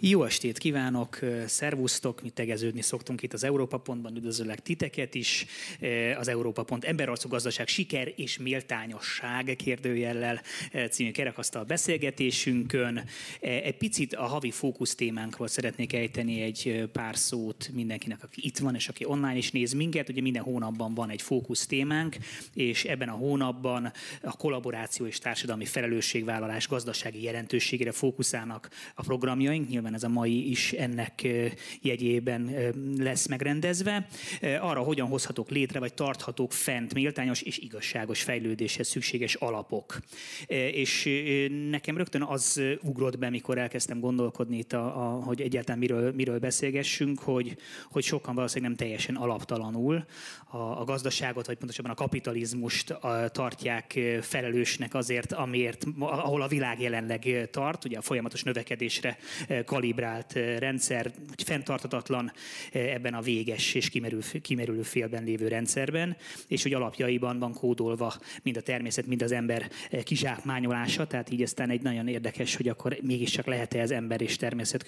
Jó estét kívánok, szervusztok, mi tegeződni szoktunk itt az Európa Pontban, üdvözöllek titeket is. Az Európa Pont emberarcú gazdaság, siker és méltányosság kérdőjellel című kerekasztal beszélgetésünkön. Egy picit a havi fókusz témánkról szeretnék ejteni egy pár szót mindenkinek, aki itt van és aki online is néz minket. Ugye minden hónapban van egy fókusz témánk, és ebben a hónapban a kollaboráció és társadalmi felelősségvállalás gazdasági jelentőségére fókuszálnak a programjaink. Nyilván ez a mai is ennek jegyében lesz megrendezve. Arra, hogyan hozhatók létre, vagy tarthatók fent méltányos és igazságos fejlődéshez szükséges alapok. És nekem rögtön az ugrott be, mikor elkezdtem gondolkodni itt, hogy egyáltalán miről beszélgessünk, hogy sokan valószínűleg nem teljesen alaptalanul a gazdaságot, vagy pontosabban a kapitalizmust tartják felelősnek azért, ahol a világ jelenleg tart, ugye a folyamatos növekedésre kalibrált rendszer, hogy fenntarthatatlan ebben a véges és kimerülő félben lévő rendszerben, és hogy alapjaiban van kódolva mind a természet, mind az ember kizsákmányolása, tehát így aztán egy nagyon érdekes, hogy akkor mégiscsak lehet-e ez ember és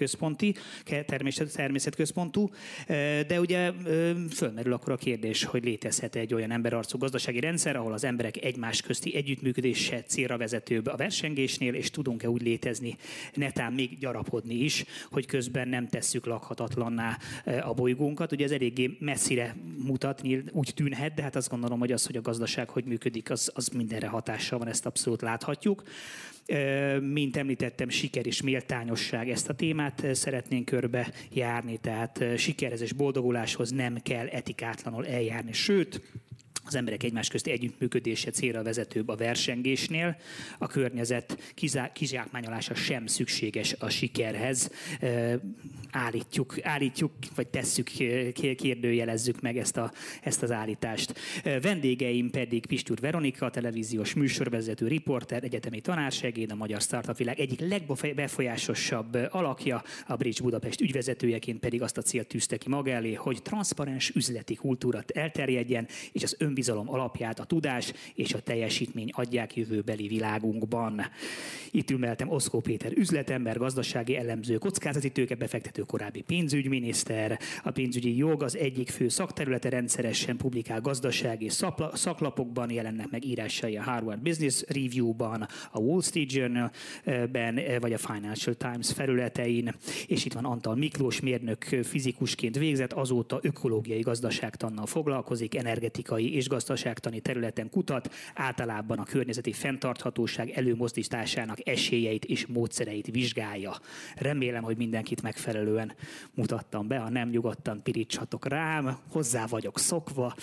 természetközpontú, de ugye fölmerül akkor a kérdés, hogy létezhet egy olyan emberarcú gazdasági rendszer, ahol az emberek egymás közti együttműködése célra vezetőbb a versengésnél, és tudunk-e úgy létezni, netán még gyarapodni is, hogy közben nem tesszük lakhatatlanná a bolygónkat. Ugye ez eléggé messzire mutat, úgy tűnhet, de hát azt gondolom, hogy az, hogy a gazdaság hogy működik, az mindenre hatással van, ezt abszolút láthatjuk. Mint említettem, siker és méltányosság, ezt a témát szeretnénk körbe járni, tehát sikerhez és boldoguláshoz nem kell etikátlanul eljárni, sőt, az emberek egymás közti együttműködése célra vezetőbb a versengésnél, a környezet kizsákmányolása sem szükséges a sikerhez. Állítjuk, vagy tesszük, kérdőjelezzük meg ezt az állítást. Vendégeim pedig Pistur Veronika, televíziós műsorvezető, riporter, egyetemi tanársegéd, a magyar startup világ egyik legbefolyásosabb alakja, a Bridge Budapest ügyvezetőjeként pedig azt a célt tűzte ki maga elé, hogy transzparens üzleti kultúra elterjedjen, és az önbizalom alapját a tudás és a teljesítmény adják jövőbeli világunkban. Itt ül mellettem Oszkó Péter üzletember, gazdasági elemző, kockázati tőkebefektető, korábbi pénzügyminiszter. A pénzügyi jog az egyik fő szakterülete, rendszeresen publikál gazdasági szaklapokban, jelennek meg írásai a Harvard Business Review-ban, a Wall Street Journal-ben, vagy a Financial Times felületein. És itt van Antal Miklós, mérnök, fizikusként végzett, azóta ökológiai gazdaságtannal foglalkozik, energetikai és gazdaságtani területen kutat, általában a környezeti fenntarthatóság előmozdításának esélyeit és módszereit vizsgálja. Remélem, hogy mindenkit megfelelően mutattam be, ha nem, nyugodtan pirítsatok rám, hozzá vagyok szokva,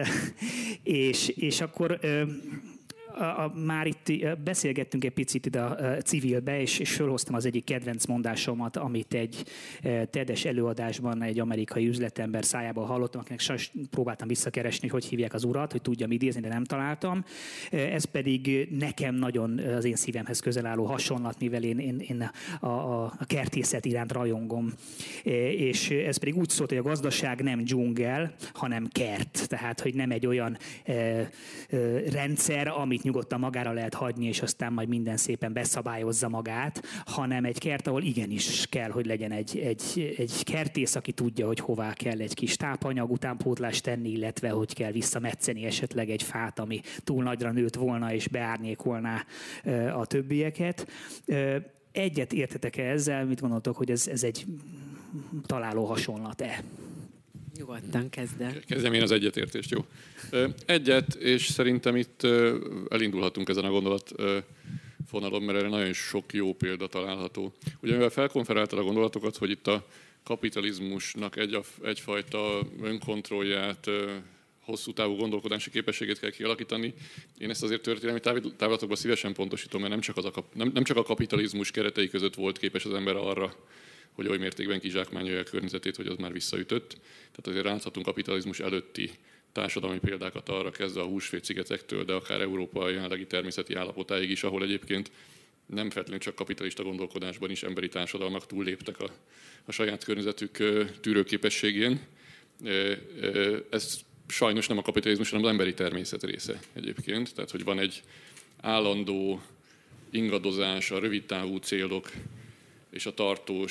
és akkor már itt beszélgettünk egy picit ide a civilbe, és fölhoztam az egyik kedvenc mondásomat, amit egy TED-es előadásban egy amerikai üzletember szájából hallottam, akinek sajnos próbáltam visszakeresni, hogy hívják az urat, hogy tudjam idézni, de nem találtam. Ez pedig nekem nagyon az én szívemhez közel álló hasonlat, mivel én a kertészet iránt rajongom. És ez pedig úgy szólt, hogy a gazdaság nem dzsungel, hanem kert. Tehát, hogy nem egy olyan rendszer, amit nyugodtan magára lehet hagyni, és aztán majd minden szépen beszabályozza magát, hanem egy kert, ahol igenis kell, hogy legyen egy kertész, aki tudja, hogy hová kell egy kis tápanyag utánpótlást tenni, illetve hogy kell visszametszeni esetleg egy fát, ami túl nagyra nőtt volna, és beárnyékolná a többieket. Egyet értetek-e ezzel? Mit gondoltok, hogy ez egy találó hasonlat-e? Nyugodtan kezd el. Kezdjem én az egyetértést, jó. Egyet, és szerintem itt elindulhatunk ezen a gondolatfonalon, mert erre nagyon sok jó példa található. Ugye mivel felkonferáltad a gondolatokat, hogy itt a kapitalizmusnak egyfajta önkontrollját, hosszú távú gondolkodási képességét kell kialakítani. Én ezt azért történelmi távlatokban szívesen pontosítom, mert nem csak a kapitalizmus keretei között volt képes az ember arra, hogy oly mértékben kizsákmányolja a környezetét, hogy az már visszaütött. Tehát azért láthatunk kapitalizmus előtti társadalmi példákat arra, kezdve a húsvét-szigetektől, de akár Európa jelenlegi természeti állapotáig is, ahol egyébként nem feltétlenül csak kapitalista gondolkodásban is emberi társadalmak túlléptek a saját környezetük tűrőképességén. Ez sajnos nem a kapitalizmus, hanem az emberi természet része egyébként. Tehát, hogy van egy állandó ingadozás a rövidtávú célok és a tartós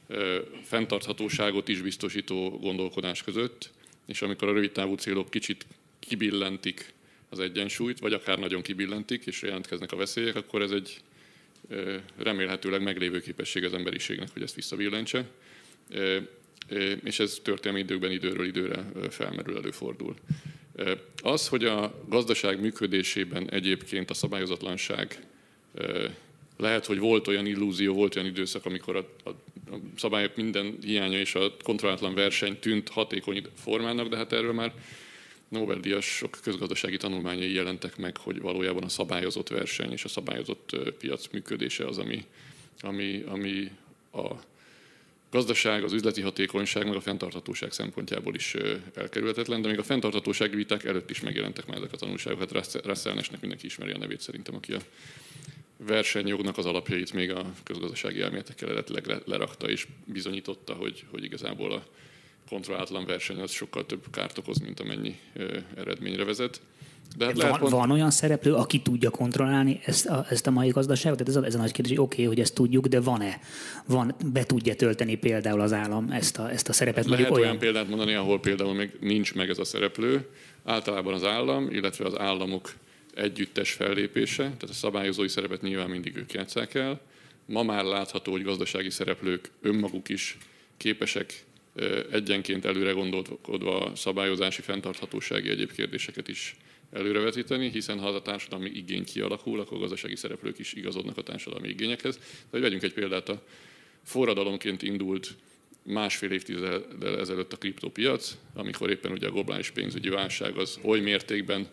fenntarthatóságot is biztosító gondolkodás között, és amikor a rövidtávú célok kicsit kibillentik az egyensúlyt, vagy akár nagyon kibillentik, és jelentkeznek a veszélyek, akkor ez egy remélhetőleg meglévő képesség az emberiségnek, hogy ezt visszabillentse. És ez történelmi időkben időről időre felmerül, előfordul. Az, hogy a gazdaság működésében egyébként a szabályozatlanság, lehet, hogy volt olyan illúzió, volt olyan időszak, amikor a szabályok minden hiánya és a kontrollálatlan verseny tűnt hatékony formának, de hát erről már Nobel-díjasok közgazdasági tanulmányai jelentek meg, hogy valójában a szabályozott verseny és a szabályozott piac működése az, ami a gazdaság, az üzleti hatékonyság, meg a fenntarthatóság szempontjából is elkerülhetetlen, de még a fenntarthatósági viták előtt is megjelentek már ezek a tanulságok. Hát Russell Nashnek mindenki ismeri a nevét szerintem, aki a versenyjognak az alapjait még a közgazdasági elméletekkel eredetileg lerakta, és bizonyította, hogy igazából a kontrollálatlan verseny az sokkal több kárt okoz, mint amennyi eredményre vezet. De hát van olyan szereplő, aki tudja kontrollálni ezt a mai gazdaságot? Tehát ez a nagy kérdés, hogy oké, hogy ezt tudjuk, de van-e? Be tudja tölteni például az állam ezt a szerepet? Lehet olyan példát mondani, ahol például még nincs meg ez a szereplő. Általában az állam, illetve az államok együttes fellépése, tehát a szabályozói szerepet nyilván mindig ők játsszák el. Ma már látható, hogy gazdasági szereplők önmaguk is képesek egyenként előre gondolkodva a szabályozási, fenntarthatósági egyéb kérdéseket is előrevetíteni, hiszen ha az a társadalmi igény kialakul, akkor a gazdasági szereplők is igazodnak a társadalmi igényekhez. De vegyünk egy példát, a forradalomként indult másfél évtizeddel ezelőtt a kriptopiac, amikor éppen ugye a globális pénzügyi válság az oly mértékben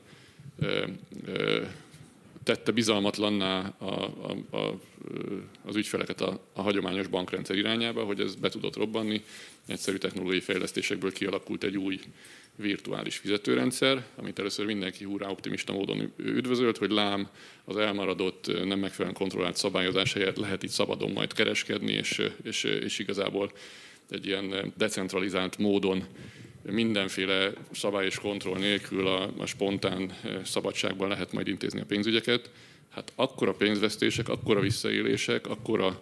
tette bizalmatlanná az ügyfeleket a hagyományos bankrendszer irányába, hogy ez be tudott robbanni. Egyszerű technológiai fejlesztésekből kialakult egy új virtuális fizetőrendszer, amit először mindenki hurrá optimista módon üdvözölt, hogy lám az elmaradott, nem megfelelően kontrollált szabályozás helyett lehet itt szabadon majd kereskedni, és igazából egy ilyen decentralizált módon mindenféle szabály és kontroll nélkül a spontán szabadságban lehet majd intézni a pénzügyeket. Hát akkora pénzvesztések, akkora visszaélések, akkora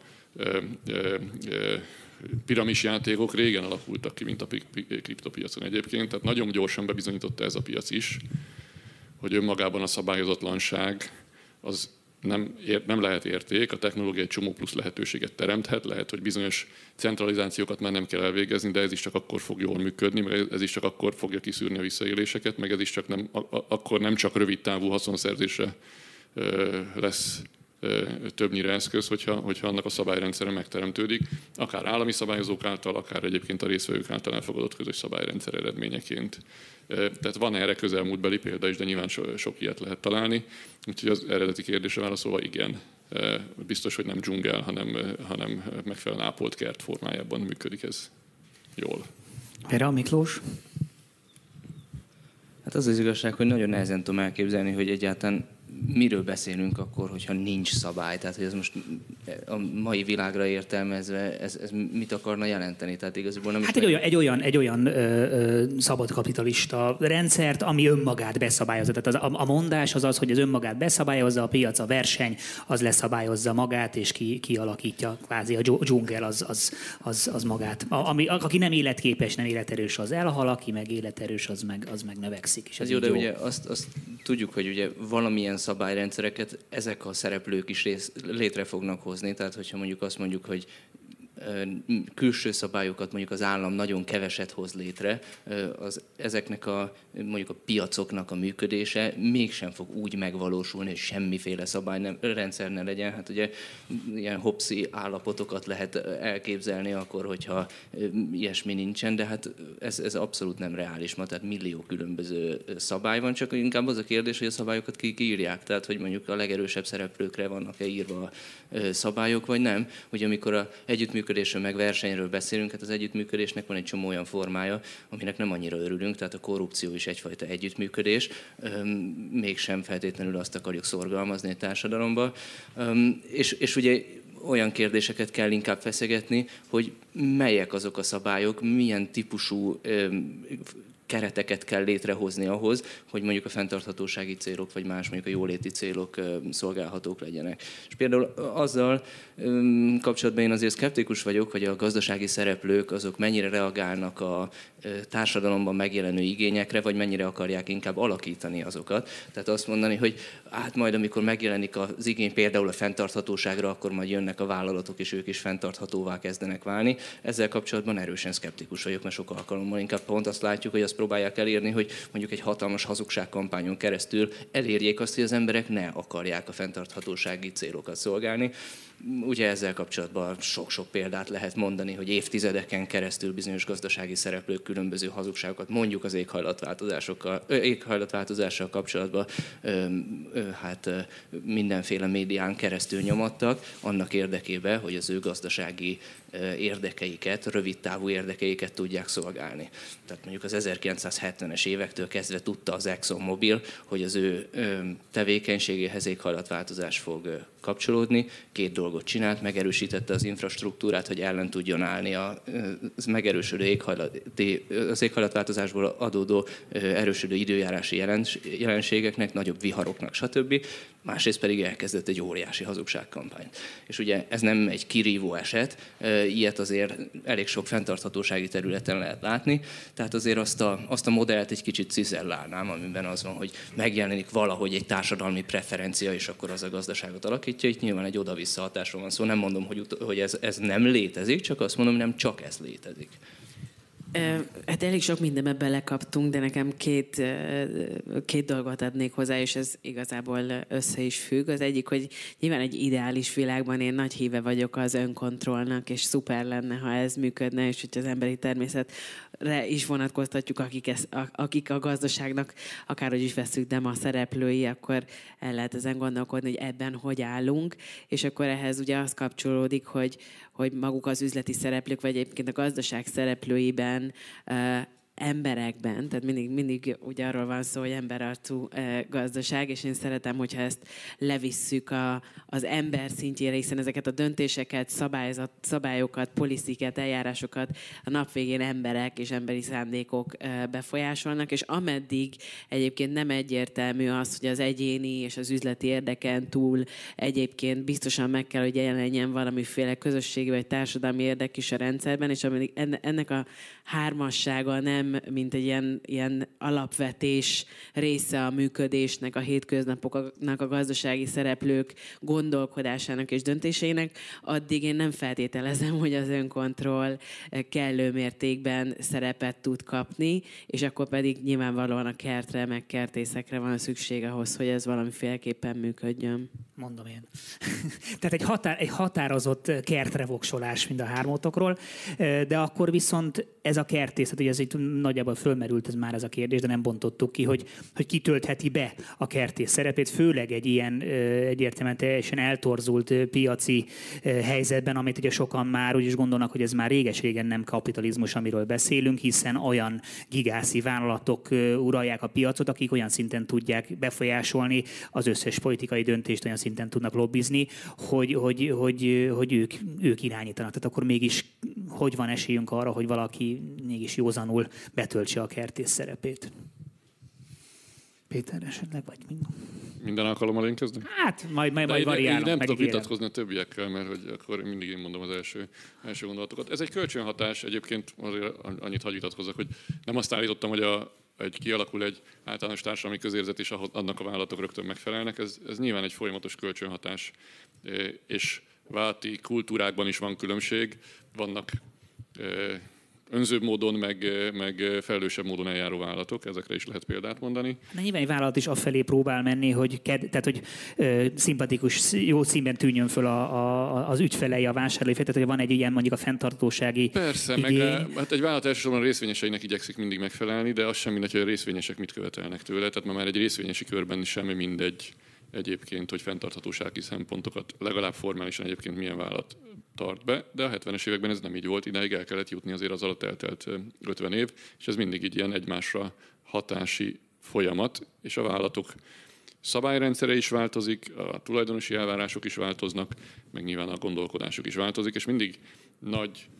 piramisjátékok régen alakultak ki, mint a kriptopiacon egyébként. Tehát nagyon gyorsan bebizonyította ez a piac is, hogy önmagában a szabályozatlanság az nem lehet érték, a technológia egy csomó plusz lehetőséget teremthet, lehet, hogy bizonyos centralizációkat már nem kell elvégezni, de ez is csak akkor fog jól működni, meg ez is csak akkor fogja kiszűrni a visszaéléseket, meg ez is csak akkor nem csak rövid távú haszonszerzésre lesz többnyire eszköz, hogyha annak a szabályrendszere megteremtődik, akár állami szabályozók által, akár egyébként a résztvevők által elfogadott közös szabályrendszer eredményeként. Tehát van erre közelmúltbeli példa is, de nyilván sok ilyet lehet találni. Úgyhogy az eredeti kérdésre válaszolva igen. Biztos, hogy nem dzsungel, hanem megfelelően ápolt kert formájában működik ez jól. Erre Miklós? Hát az igazság, hogy nagyon nehezen tudom elképzelni, hogy egyáltalán miről beszélünk akkor, hogyha nincs szabály. Tehát, hogy ez most a mai világra értelmezve, ez mit akarna jelenteni? Tehát igazából nem egy olyan szabadkapitalista rendszert, ami önmagát beszabályozza. Tehát a mondás az, hogy az önmagát beszabályozza, a piac, a verseny, az leszabályozza magát, és kialakítja kvázi a dzsungel az magát. Aki nem életképes, nem életerős, az elhal, aki meg életerős, az meg növekszik. És ez jó, de ugye azt tudjuk, hogy ugye valamilyen szabályrendszereket ezek a szereplők is létre fognak hozni. Tehát, hogyha mondjuk azt mondjuk, hogy külső szabályokat mondjuk az állam nagyon keveset hoz létre, ezeknek mondjuk a piacoknak a működése mégsem fog úgy megvalósulni, hogy semmiféle szabályrendszer ne legyen. Hát ugye ilyen hopszi állapotokat lehet elképzelni akkor, hogyha ilyesmi nincsen, de hát ez abszolút nem reális ma, tehát millió különböző szabály van, csak inkább az a kérdés, hogy a szabályokat kiírják, tehát hogy mondjuk a legerősebb szereplőkre vannak-e írva szabályok, vagy nem. Ugye amikor a együttműködésről meg versenyről beszélünk, hát az együttműködésnek van egy csomó olyan formája, aminek nem annyira örülünk, tehát a korrupció is egyfajta együttműködés, mégsem feltétlenül azt akarjuk szorgalmazni a társadalomba. És ugye olyan kérdéseket kell inkább feszegetni, hogy melyek azok a szabályok, milyen típusú kereteket kell létrehozni ahhoz, hogy mondjuk a fenntarthatósági célok, vagy más mondjuk a jóléti célok szolgálhatók legyenek. És például azzal kapcsolatban én azért szkeptikus vagyok, hogy a gazdasági szereplők azok mennyire reagálnak a társadalomban megjelenő igényekre, vagy mennyire akarják inkább alakítani azokat. Tehát azt mondani, hogy hát majd amikor megjelenik az igény például a fenntarthatóságra, akkor majd jönnek a vállalatok, és ők is fenntarthatóvá kezdenek válni. Ezzel kapcsolatban erősen szkeptikus vagyok, mert sok alkalommal inkább pont azt látjuk, hogy azt próbálják elérni, hogy mondjuk egy hatalmas hazugságkampányon keresztül elérjék azt, hogy az emberek ne akarják a fenntarthatósági célokat szolgálni. Ugye ezzel kapcsolatban sok-sok példát lehet mondani, hogy évtizedeken keresztül bizonyos gazdasági szereplők különböző hazugságokat, mondjuk az éghajlatváltozással kapcsolatban mindenféle médián keresztül nyomattak, annak érdekében, hogy az ő gazdasági érdekeiket, rövidtávú érdekeiket tudják szolgálni. Tehát mondjuk az 1970-es évektől kezdve tudta az ExxonMobil, hogy az ő tevékenységéhez éghajlatváltozás fog kapcsolódni. Két dolgot csinált, megerősítette az infrastruktúrát, hogy ellen tudjon állni az megerősödő az éghajlatváltozásból adódó erősödő időjárási jelenségeknek, nagyobb viharoknak, stb. Másrészt pedig elkezdett egy óriási hazugságkampányt. És ugye ez nem egy kirívó eset, ilyet azért elég sok fenntarthatósági területen lehet látni, tehát azért azt a modellt egy kicsit cizellálnám, amiben az van, hogy megjelenik valahogy egy társadalmi preferencia, és akkor az a gazdaságot alakítja. Itt nyilván egy oda-vissza hatásról van szó, nem mondom, hogy ez nem létezik, csak azt mondom, hogy nem csak ez létezik. Hát elég sok mindenbe belekaptunk, de nekem két dolgot adnék hozzá, és ez igazából össze is függ. Az egyik, hogy nyilván egy ideális világban én nagy híve vagyok az önkontrollnak, és szuper lenne, ha ez működne, és hogy az emberi természetre is vonatkoztatjuk, akik a gazdaságnak, akárhogy is veszük, de ma szereplői, akkor el lehet ezen gondolkodni, hogy ebben hogy állunk, és akkor ehhez ugye az kapcsolódik, hogy maguk az üzleti szereplők, vagy egyébként a gazdaság szereplőiben, emberekben, tehát mindig ugye arról van szó, hogy emberarcú gazdaság, és én szeretem, hogyha ezt levisszük az ember szintjére, hiszen ezeket a döntéseket, szabályokat, policies, eljárásokat a nap végén emberek és emberi szándékok befolyásolnak, és ameddig egyébként nem egyértelmű az, hogy az egyéni és az üzleti érdeken túl egyébként biztosan meg kell, hogy jelenjen valamiféle közösségi vagy társadalmi érdek is a rendszerben, és ameddig ennek a hármassága nem mint egy ilyen alapvetés része a működésnek, a hétköznapoknak, a gazdasági szereplők gondolkodásának és döntéseinek, addig én nem feltételezem, hogy az önkontroll kellő mértékben szerepet tud kapni, és akkor pedig nyilvánvalóan a kertre, meg kertészekre van szükség ahhoz, hogy ez valamiféleképpen működjön. Mondom én. Tehát egy határozott kertrevoksolás mind a hármótokról, de akkor viszont ez a kertészet, ugye ez itt nagyjából fölmerült ez már ez a kérdés, de nem bontottuk ki, hogy kitöltheti be a kertész szerepét, főleg egy ilyen egyértelműen teljesen eltorzult piaci helyzetben, amit ugye sokan már úgy is gondolnak, hogy ez már réges-régen nem kapitalizmus, amiről beszélünk, hiszen olyan gigászi vállalatok uralják a piacot, akik olyan szinten tudják befolyásolni az összes politikai döntést, olyan szinten tudnak lobbizni, hogy ők irányítanak. Tehát akkor mégis hogy van esélyünk arra, hogy valaki mégis józanul betöltse a kertész szerepét? Péter esetleg, vagy minden alkalommal én kezdem? Hát, majd variálok. Én nem tudok vitatkozni a többiekkel, mert hogy akkor mindig én mondom az első gondolatokat. Ez egy kölcsönhatás, egyébként azért annyit hagy vitatkozzak, hogy nem azt állítottam, hogy kialakul egy általános társadalmi közérzet, és annak a vállalatok rögtön megfelelnek. Ez nyilván egy folyamatos kölcsönhatás, és vállalati kultúrákban is van különbség. Vannak önzőbb módon, meg felelősebb módon eljáró vállalatok, ezekre is lehet példát mondani. De nyilván egy vállalat is afelé próbál menni, hogy szimpatikus, jó színben tűnjön föl az ügyfelei, a vásárlói fel, tehát hogy van egy ilyen mondjuk a fenntartósági Persze, hát egy vállalat elsősorban a részvényeseinek igyekszik mindig megfelelni, de az sem mindegy, hogy a részvényesek mit követelnek tőle. Tehát már egy részvényesi körben sem mindegy egyébként, hogy fenntarthatósági szempontokat legalább formálisan egyébként milyen vállalat tart be, de a 70-es években ez nem így volt, idáig el kellett jutni azért az alatt eltelt 50 év, és ez mindig így ilyen egymásra hatási folyamat, és a vállalatok szabályrendszere is változik, a tulajdonosi elvárások is változnak, meg nyilván a gondolkodásuk is változik, és mindig nagy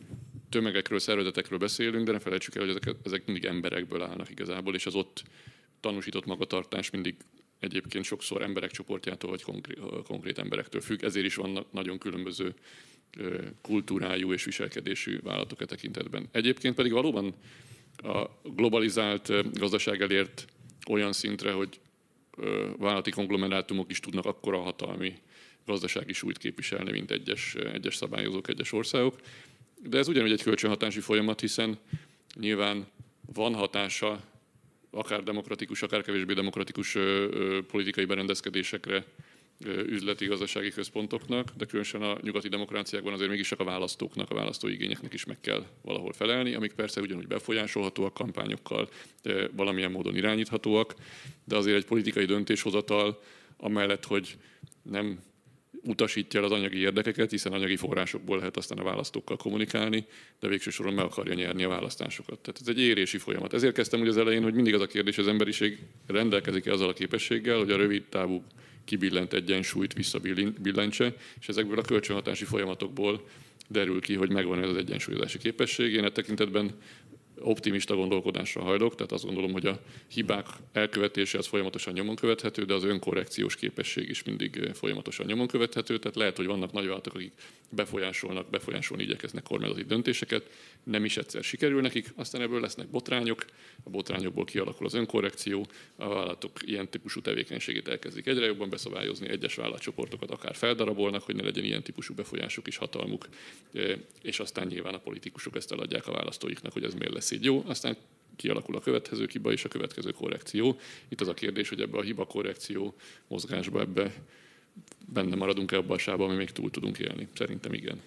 tömegekről, szervezetekről beszélünk, de ne felejtsük el, hogy ezek mindig emberekből állnak igazából, és az ott tanúsított magatartás mindig egyébként sokszor emberek csoportjától vagy konkrét emberektől függ, ezért is vannak nagyon különböző kultúrájú és viselkedésű vállalatok e tekintetben. Egyébként pedig valóban a globalizált gazdaság elért olyan szintre, hogy vállalati konglomerátumok is tudnak akkora hatalmi gazdasági súlyt képviselni, mint egyes szabályozók, egyes országok. De ez ugyanúgy egy kölcsönhatási folyamat, hiszen nyilván van hatása akár demokratikus, akár kevésbé demokratikus politikai berendezkedésekre, üzleti, gazdasági központoknak, de különösen a nyugati demokráciákban azért mégis csak a választóknak, a választóigényeknek is meg kell valahol felelni, amik persze ugyanúgy befolyásolhatóak kampányokkal, valamilyen módon irányíthatóak, de azért egy politikai döntéshozatal amellett, hogy nem utasítja el az anyagi érdekeket, hiszen anyagi forrásokból lehet aztán a választókkal kommunikálni, de végső soron meg akarja nyerni a választásokat. Tehát ez egy érési folyamat. Ezért kezdtem úgy az elején, hogy mindig az a kérdés, hogy az emberiség rendelkezik-e azzal a képességgel, hogy a rövid távú kibillent egyensúlyt visszabillentse, és ezekből a kölcsönhatási folyamatokból derül ki, hogy megvan ez az egyensúlyozási képesség. Én e tekintetben optimista gondolkodásra hajlok, tehát azt gondolom, hogy a hibák elkövetése az folyamatosan nyomon követhető, de az önkorrekciós képesség is mindig folyamatosan nyomon követhető, tehát lehet, hogy vannak nagyvállalatok, akik befolyásolni igyekeznek kormányzati döntéseket, nem is egyszer sikerül nekik, aztán ebből lesznek botrányok, a botrányokból kialakul az önkorrekció, a vállalatok ilyen típusú tevékenységét elkezdik egyre jobban beszabályozni, egyes vállalatcsoportokat akár feldarabolnak, hogy ne legyen ilyen típusú befolyásuk és hatalmuk, és aztán nyilván a politikusok ezt eladják a választóiknak, hogy ez miért lesz így jó, aztán kialakul a következő hiba és a következő korrekció. Itt az a kérdés, hogy ebbe a hiba-korrekció mozgásba benne maradunk-e abban a sávban, ami még túl tudunk élni. Szerintem igen.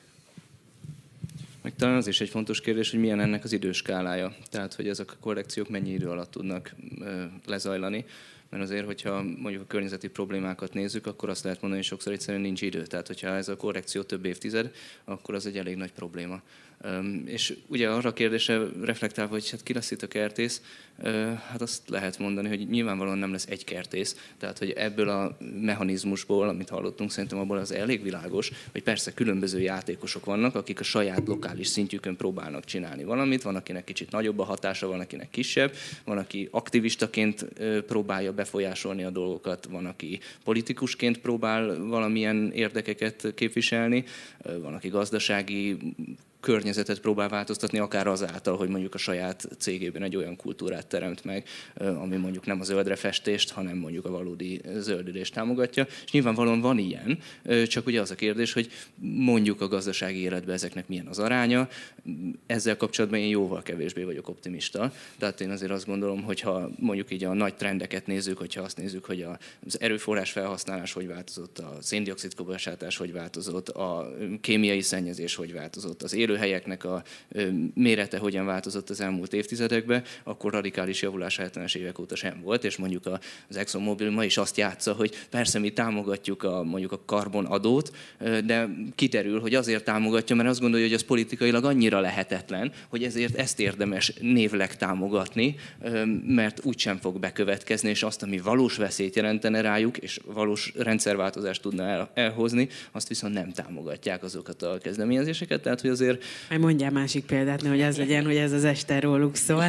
Meg talán az is egy fontos kérdés, hogy milyen ennek az időskálája. Tehát, hogy ezek a korrekciók mennyi idő alatt tudnak lezajlani. Mert azért, hogyha mondjuk a környezeti problémákat nézzük, akkor azt lehet mondani, hogy sokszor egyszerűen nincs idő. Tehát, hogyha ez a korrekció több évtized, akkor az egy elég nagy probléma. És ugye arra a kérdésre reflektálva, hogy hát ki lesz itt a kertész, hát azt lehet mondani, hogy nyilvánvalóan nem lesz egy kertész. Tehát, hogy ebből a mechanizmusból, amit hallottunk, szerintem abból az elég világos, hogy persze különböző játékosok vannak, akik a saját lokális szintjükön próbálnak csinálni valamit. Van, akinek kicsit nagyobb a hatása, van, akinek kisebb, van, aki aktivistaként próbálja befolyásolni a dolgokat, van, aki politikusként próbál valamilyen érdekeket képviselni, van, aki gazdasági környezetet próbál változtatni, akár azáltal, hogy mondjuk a saját cégében egy olyan kultúrát teremt meg, ami mondjuk nem a zöldre festést, hanem mondjuk a valódi zöldülést támogatja. És nyilvánvalóan van ilyen, csak ugye az a kérdés, hogy mondjuk a gazdasági életben ezeknek milyen az aránya. Ezzel kapcsolatban én jóval kevésbé vagyok optimista. Tehát én azért azt gondolom, hogy ha mondjuk így a nagy trendeket nézzük, hogyha azt nézzük, hogy az erőforrás felhasználás hogy változott, a szén-dioxid kibocsátás hogy változott, a kémiai szennyezés hogy változott, az élőhelyeknek a mérete hogyan változott az elmúlt évtizedekben, akkor radikális javulás 70-es évek óta sem volt, és mondjuk az ExxonMobil ma is azt játsza, hogy persze mi támogatjuk mondjuk a karbonadót, de kiderül, hogy azért támogatja, mert azt gondolja, hogy az politikailag annyira lehetetlen, hogy ezért ezt érdemes névleg támogatni, mert úgysem fog bekövetkezni, és azt, ami valós veszélyt jelentene rájuk, és valós rendszerváltozást tudna elhozni, azt viszont nem támogatják azokat a kezdeményezéseket. Tehát, hogy azért majd mondjál másik példát, hogy az legyen, hogy ez az este róluk szól.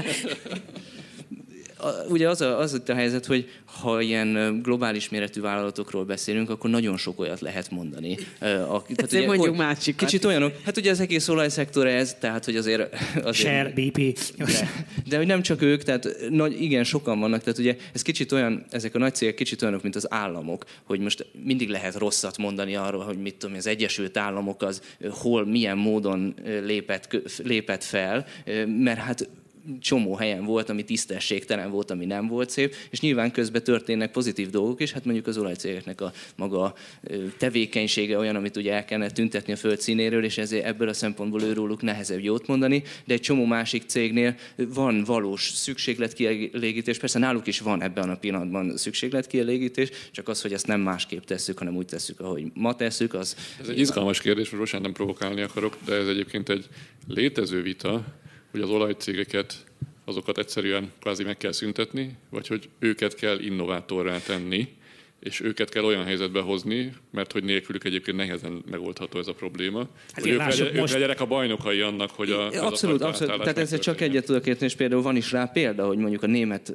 Ugye az itt a helyzet, hogy ha ilyen globális méretű vállalatokról beszélünk, akkor nagyon sok olyat lehet mondani. Tehát ugye, mondjuk másik. Kicsit olyanok. Hát ugye az egész olajszektor ez, tehát hogy azért Shell, BP. De hogy nem csak ők, tehát igen, sokan vannak. Tehát ugye ez kicsit olyan, ezek a nagy cégek kicsit olyanok, mint az államok, hogy most mindig lehet rosszat mondani arról, hogy mit tudom, az Egyesült Államok az hol, milyen módon lépett fel, mert hát csomó helyen volt, ami tisztességtelen volt, ami nem volt szép, és nyilván közben történnek pozitív dolgok is, hát mondjuk az olajcégeknek a maga tevékenysége olyan, amit ugye el kellene tüntetni a föld színéről, és ezért ebből a szempontból őróluk nehezebb jót mondani, de egy csomó másik cégnél van valós szükségletkielégítés, persze náluk is van ebben a pillanatban szükségletkielégítés, csak az, hogy ezt nem másképp tesszük, hanem úgy tesszük, ahogy ma tesszük, az... Ez egy izgalmas kérdés, most nem provokálni akarok, de ez egyébként egy létező vita, hogy az olajcégeket, azokat egyszerűen kvázi meg kell szüntetni, vagy hogy őket kell innovátorrá tenni, és őket kell olyan helyzetbe hozni, mert hogy nélkülük egyébként nehezen megoldható ez a probléma. Hát ők legyenek a bajnokai annak, hogy abszolút. Tehát ezzel csak egyet tudok érteni, és például van is rá példa, hogy mondjuk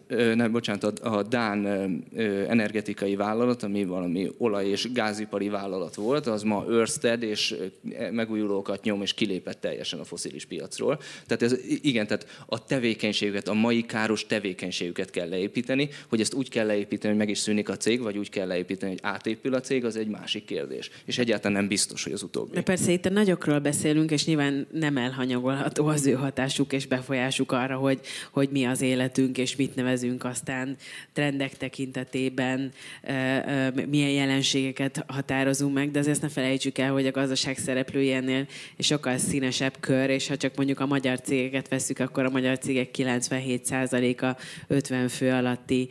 a dán energetikai vállalat, ami valami olaj- és gázipari vállalat volt, az ma Ørsted és megújulókat nyom, és kilépett teljesen a fosszilis piacról. Tehát tehát a tevékenységüket, a mai káros tevékenységüket kell leépíteni, hogy ezt úgy kell leépíteni, hogy meg is szűnik a cég, vagy úgy kell leépíteni, hogy átépül a cég, az egy másik kérdés. És egyáltalán nem biztos, hogy az utóbbi. De persze itt a nagyokról beszélünk, és nyilván nem elhanyagolható az ő hatásuk és befolyásuk arra, hogy mi az életünk, és mit nevezünk aztán trendek tekintetében, milyen jelenségeket határozunk meg, de azért ne felejtsük el, hogy a gazdaság szereplői ennél sokkal színesebb kör, és ha csak mondjuk a magyar cégeket vesszük, akkor a magyar cégek 97%-a 50 fő alatti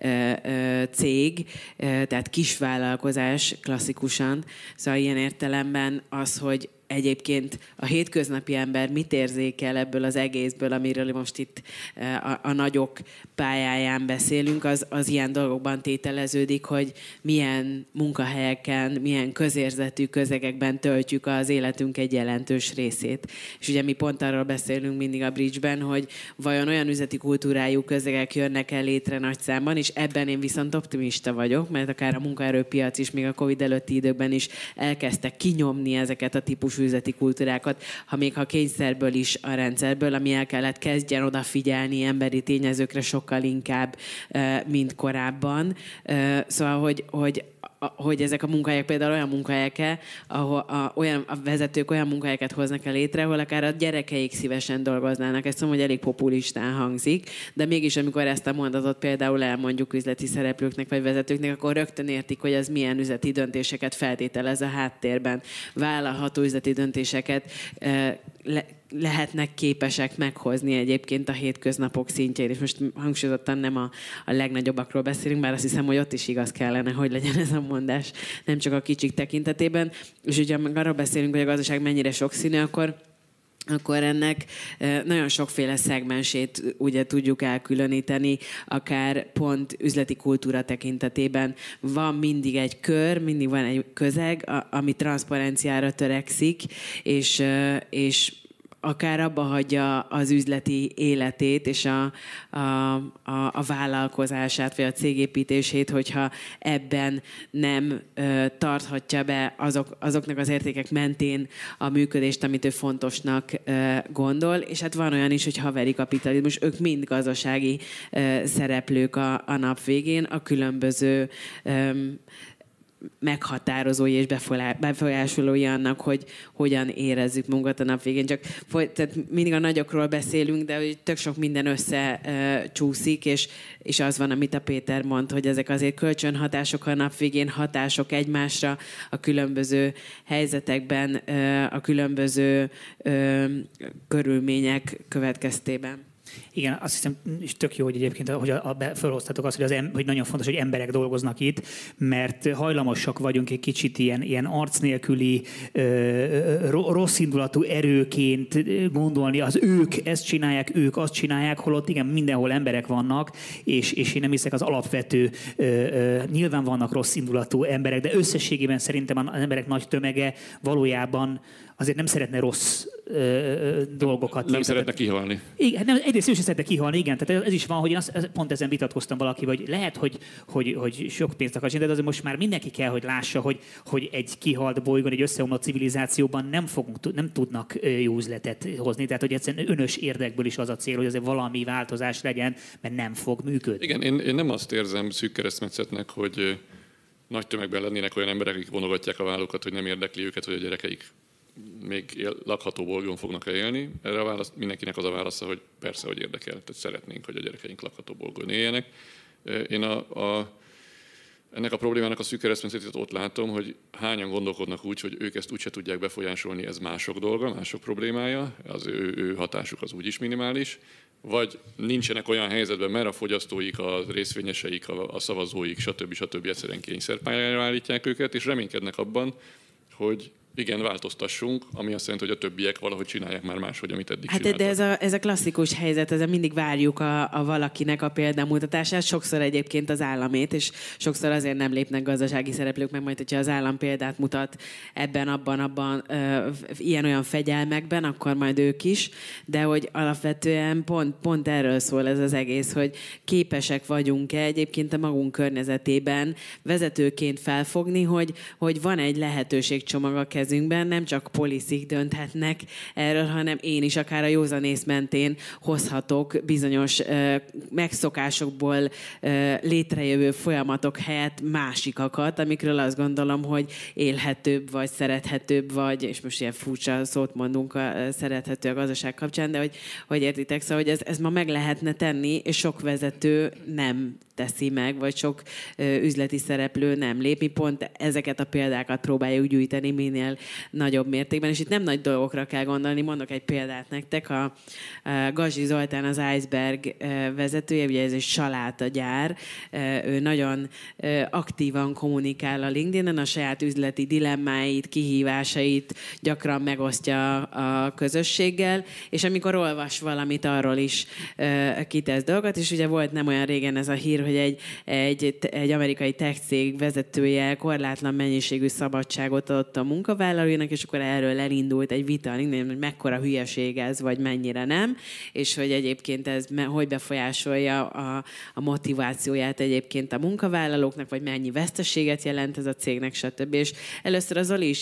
cég, tehát kisvállalkozás klasszikusan. Szóval ilyen értelemben az, hogy egyébként a hétköznapi ember mit érzékel ebből az egészből, amiről most itt a nagyok pályáján beszélünk, az ilyen dolgokban tételeződik, hogy milyen munkahelyeken, milyen közérzetű közegekben töltjük az életünk egy jelentős részét. És ugye mi pont arról beszélünk mindig a Bridge-ben, hogy vajon olyan üzleti kultúrájú közegek jönnek el létre nagy számban, és ebben én viszont optimista vagyok, mert akár a munkaerőpiac is, még a Covid előtti időkben is elkezdtek kinyomni ezeket a típusú üzleti kultúrákat, ha kényszerből is a rendszerből, ami el kellett kezdjen odafigyelni emberi tényezőkre sokkal inkább, mint korábban. Szóval, hogy ezek a munkahelyek például olyan munkahelyek, ahol a vezetők olyan munkahelyeket hoznak el létre, ahol akár a gyerekeik szívesen dolgoznának. Ezt mondom, hogy elég populistán hangzik, de mégis amikor ezt a mondatot például elmondjuk üzleti szereplőknek vagy vezetőknek, akkor rögtön értik, hogy az milyen üzleti döntéseket feltételez a háttérben. Vállalható üzleti döntéseket lehetnek képesek meghozni egyébként a hétköznapok szintjén. És most hangsúlyozottan nem a legnagyobbakról beszélünk, bár azt hiszem, hogy ott is igaz kellene, hogy legyen ez a mondás, nem csak a kicsik tekintetében. És ugye arról beszélünk, hogy a gazdaság mennyire sokszínű, akkor ennek nagyon sokféle szegmensét ugye tudjuk elkülöníteni, akár pont üzleti kultúra tekintetében. Van mindig egy kör, mindig van egy közeg, ami transzparenciára törekszik, és akár abba hagyja az üzleti életét és a vállalkozását, vagy a cégépítését, hogyha ebben nem tarthatja be azoknak az értékek mentén a működést, amit ő fontosnak gondol. És hát van olyan is, hogy haveri kapitalizmus, ők mind gazdasági szereplők a nap végén, a különböző meghatározói és befolyásolói annak, hogy hogyan érezzük magunkat a nap végén. Tehát mindig a nagyokról beszélünk, de hogy tök sok minden összecsúszik, és az van, amit a Péter mond, hogy ezek azért kölcsönhatások a nap végén, hatások egymásra a különböző helyzetekben, a különböző körülmények következtében. Igen, azt hiszem, és tök jó, hogy egyébként felhoztatok azt, hogy nagyon fontos, hogy emberek dolgoznak itt, mert hajlamosak vagyunk egy kicsit ilyen arc nélküli, rosszindulatú erőként gondolni, az ők ezt csinálják, ők azt csinálják, holott igen, mindenhol emberek vannak, és én nem hiszek az alapvető, nyilván vannak rosszindulatú emberek, de összességében szerintem az emberek nagy tömege valójában azért nem szeretne rossz dolgokat. Nem szeretne kihalni. Igen, nem, egyrészt ő sem szeretne kihalni, igen. Tehát ez is van, hogy én pont ezen vitatkoztam valakivel, hogy lehet, hogy sok pénzt akar csinálni, de azért most már mindenki kell, hogy lássa, hogy egy kihalt bolygón, egy összeomlott civilizációban nem tudnak jó üzletet hozni. Tehát, hogy egyszerűen önös érdekből is az a cél, hogy azért valami változás legyen, mert nem fog működni. Igen, én nem azt érzem szűk keresztmetszetnek, hogy nagy tömegben lennének olyan emberek, akik vonogatják a vállukat, hogy nem érdekli őket, hogy a gyerekeik még lakható bolygón fognak élni. Erre mindenkinek az a válasza, hogy persze, hogy érdekel. Tehát szeretnénk, hogy a gyerekeink lakható bolygón éljenek. Én ennek a problémának a szűk keresztmetszetét ott látom, hogy hányan gondolkodnak úgy, hogy ők ezt úgyse tudják befolyásolni, ez mások dolga, mások problémája, az ő hatásuk az úgyis minimális, vagy nincsenek olyan helyzetben, mert a fogyasztóik, a részvényeseik, a szavazóik, stb. Egyszerűen kényszerpályára állítják őket, és reménykednek abban, hogy igen, változtassunk, ami azt jelenti, hogy a többiek valahogy csinálják már máshogy, amit eddig Hát csináltak. de ez a klasszikus helyzet, ezzel mindig várjuk a valakinek a példamutatását, sokszor egyébként az államét, és sokszor azért nem lépnek gazdasági szereplők, meg majd, hogyha az állam példát mutat ebben, abban, ilyen-olyan fegyelmekben, akkor majd ők is, de hogy alapvetően pont erről szól ez az egész, hogy képesek vagyunk-e egyébként a magunk környezetében vezetőként felfogni, hogy van egy lehetőségcsomag a kezünkben, nem csak policy dönthetnek erről, hanem én is akár a józanész mentén hozhatok bizonyos megszokásokból létrejövő folyamatok helyett másikakat, amikről azt gondolom, hogy élhetőbb, vagy szerethetőbb, vagy, és most ilyen furcsa szót mondunk a szerethető a gazdaság kapcsán, de hogy értitek, szóval, hogy ez ma meg lehetne tenni, és sok vezető nem teszi meg, vagy sok üzleti szereplő nem lépi. Pont ezeket a példákat próbáljuk gyűjteni minél nagyobb mértékben, és itt nem nagy dolgokra kell gondolni. Mondok egy példát nektek. A Gazsi Zoltán, az Iceberg vezetője, ugye ez egy salátagyár, ő nagyon aktívan kommunikál a LinkedIn-en, a saját üzleti dilemmáit, kihívásait gyakran megosztja a közösséggel, és amikor olvas valamit, arról is kitesz dolgot, és ugye volt nem olyan régen ez a hír, hogy egy amerikai tech cég vezetője korlátlan mennyiségű szabadságot adott a munkavállalóinak, és akkor erről elindult egy vita, hogy mekkora hülyeség ez, vagy mennyire nem, és hogy egyébként ez hogy befolyásolja a motivációját egyébként a munkavállalóknak, vagy mennyi veszteséget jelent ez a cégnek, stb. És először az Zoli is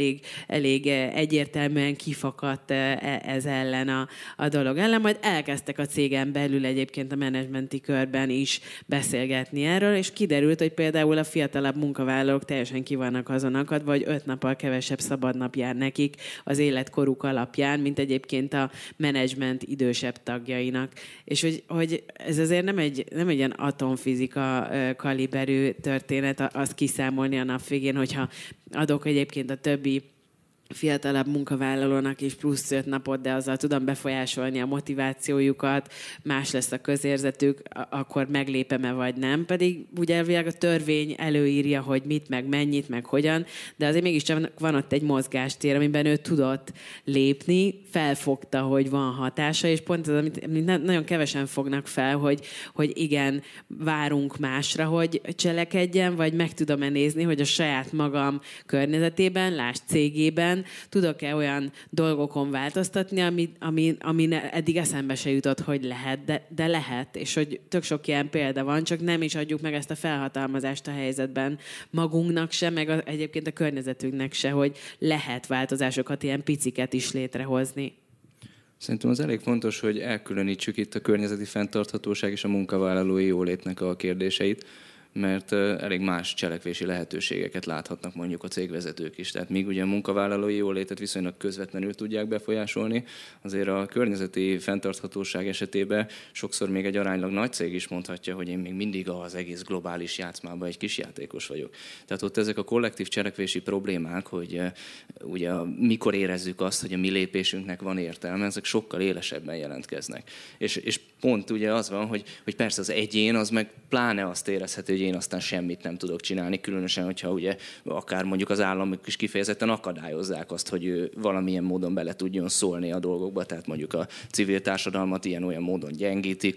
elég egyértelműen kifakadt ez ellen a dolog ellen, majd elkezdtek a cégen belül egyébként a menedzsmenti körben is beszélgetni erről, és kiderült, hogy például a fiatalabb munkavállalók teljesen ki vannak azon akadva, vagy 5 nappal kevesebb szabadnap jár nekik az életkoruk alapján, mint egyébként a menedzsment idősebb tagjainak. És hogy ez azért nem egy ilyen atomfizika kaliberű történet, azt kiszámolni a nap végén, hogyha adok egyébként a többi fiatalabb munkavállalónak is plusz 5 napot, de azzal tudom befolyásolni a motivációjukat, más lesz a közérzetük, akkor meglépem-e vagy nem. Pedig ugye elvileg a törvény előírja, hogy mit, meg mennyit, meg hogyan, de azért mégiscsak van ott egy mozgástér, amiben ő tudott lépni, felfogta, hogy van hatása, és pont az, amit nagyon kevesen fognak fel, hogy igen, várunk másra, hogy cselekedjen, vagy meg tudom-e nézni, hogy a saját magam környezetében, lásd cégében, tudok-e olyan dolgokon változtatni, ami eddig eszembe se jutott, hogy lehet, de lehet, és hogy tök sok ilyen példa van, csak nem is adjuk meg ezt a felhatalmazást a helyzetben magunknak se, meg egyébként a környezetünknek se, hogy lehet változásokat, ilyen piciket is létrehozni. Szerintem az elég fontos, hogy elkülönítsük itt a környezeti fenntarthatóság és a munkavállalói jólétnek a kérdéseit, mert elég más cselekvési lehetőségeket láthatnak mondjuk a cégvezetők is. Tehát míg ugye a munkavállalói jólétet viszonylag közvetlenül tudják befolyásolni, azért a környezeti fenntarthatóság esetében sokszor még egy aránylag nagy cég is mondhatja, hogy én még mindig az egész globális játszmában egy kis játékos vagyok. Tehát ott ezek a kollektív cselekvési problémák, hogy ugye mikor érezzük azt, hogy a mi lépésünknek van értelme, ezek sokkal élesebben jelentkeznek. És pont ugye az van, hogy persze az egyén az meg pláne azt érezheti, hogy én aztán semmit nem tudok csinálni, különösen, hogyha ugye akár mondjuk az államok is kifejezetten akadályozzák azt, hogy ő valamilyen módon bele tudjon szólni a dolgokba, tehát mondjuk a civil társadalmat ilyen-olyan módon gyengítik,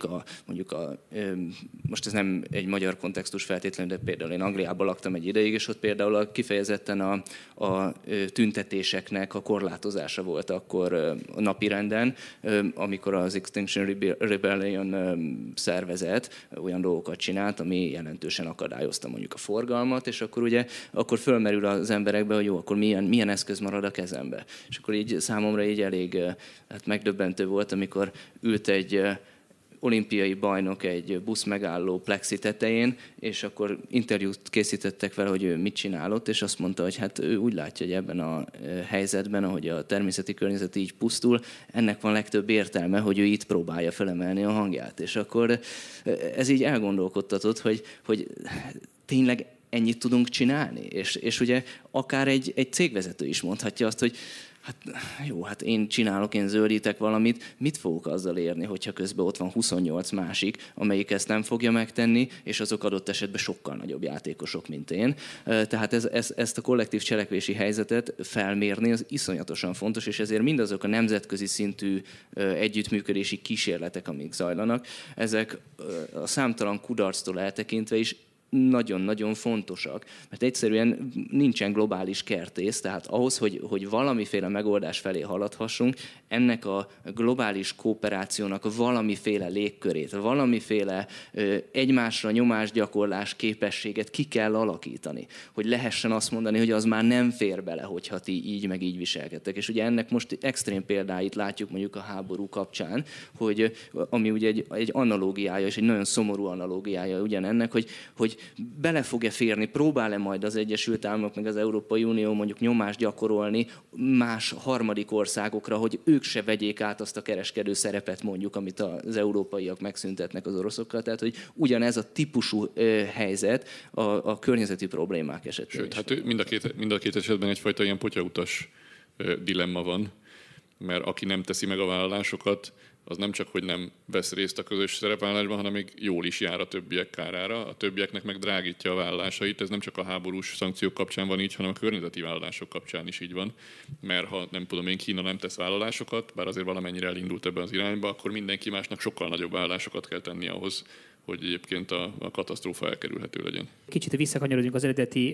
most ez nem egy magyar kontextus feltétlenül, de például én Angliában laktam egy ideig, és ott például kifejezetten a tüntetéseknek a korlátozása volt akkor a napirenden, amikor az Extinction Rebellion szervezet olyan dolgokat csinált, ami jelentősen akadályozta mondjuk a forgalmat, és akkor fölmerül az emberekbe, hogy jó, akkor milyen eszköz marad a kezembe. És akkor így számomra így elég megdöbbentő volt, amikor ült egy olimpiai bajnok egy busz megálló plexi tetején, és akkor interjút készítettek vele, hogy ő mit csinálott, és azt mondta, hogy hát ő úgy látja, hogy ebben a helyzetben, ahogy a természeti környezet így pusztul, ennek van legtöbb értelme, hogy ő itt próbálja felemelni a hangját. És akkor ez így elgondolkodtatott, hogy tényleg ennyit tudunk csinálni? És ugye akár egy cégvezető is mondhatja azt, hogy Hát én zöldítek valamit, mit fogok azzal érni, hogyha közben ott van 28 másik, amelyik ezt nem fogja megtenni, és azok adott esetben sokkal nagyobb játékosok, mint én. Tehát ezt a kollektív cselekvési helyzetet felmérni, az iszonyatosan fontos, és ezért mindazok a nemzetközi szintű együttműködési kísérletek, amik zajlanak, ezek a számtalan kudarctól eltekintve is nagyon-nagyon fontosak, mert egyszerűen nincsen globális kertész, tehát ahhoz, hogy valamiféle megoldás felé haladhassunk, ennek a globális kooperációnak valamiféle légkörét, valamiféle egymásra nyomásgyakorlás képességet ki kell alakítani, hogy lehessen azt mondani, hogy az már nem fér bele, hogyha ti így meg így viselkedtek. És ugye ennek most extrém példáit látjuk mondjuk a háború kapcsán, hogy ami ugye egy analógiája, és egy nagyon szomorú analógiája ugyanennek, hogy bele fog-e férni, próbál-e majd az Egyesült Államok meg az Európai Unió mondjuk nyomást gyakorolni más harmadik országokra, hogy ők se vegyék át azt a kereskedő szerepet mondjuk, amit az európaiak megszüntetnek az oroszokkal. Tehát, hogy ugyanez a típusú helyzet a környezeti problémák esetén. Sőt, hát mind a két esetben egyfajta ilyen potyautas dilemma van, mert aki nem teszi meg a vállalásokat, az nem csak, hogy nem vesz részt a közös szerepvállalásban, hanem még jól is jár a többiek kárára, a többieknek meg drágítja a vállalásait. Ez nem csak a háborús szankciók kapcsán van így, hanem a környezeti vállalások kapcsán is így van. Mert ha nem tudom én, Kína nem tesz vállalásokat, bár azért valamennyire elindult ebben az irányba, akkor mindenki másnak sokkal nagyobb vállalásokat kell tenni ahhoz, hogy egyébként a katasztrófa elkerülhető legyen. Kicsit visszakanyarodjunk az eredeti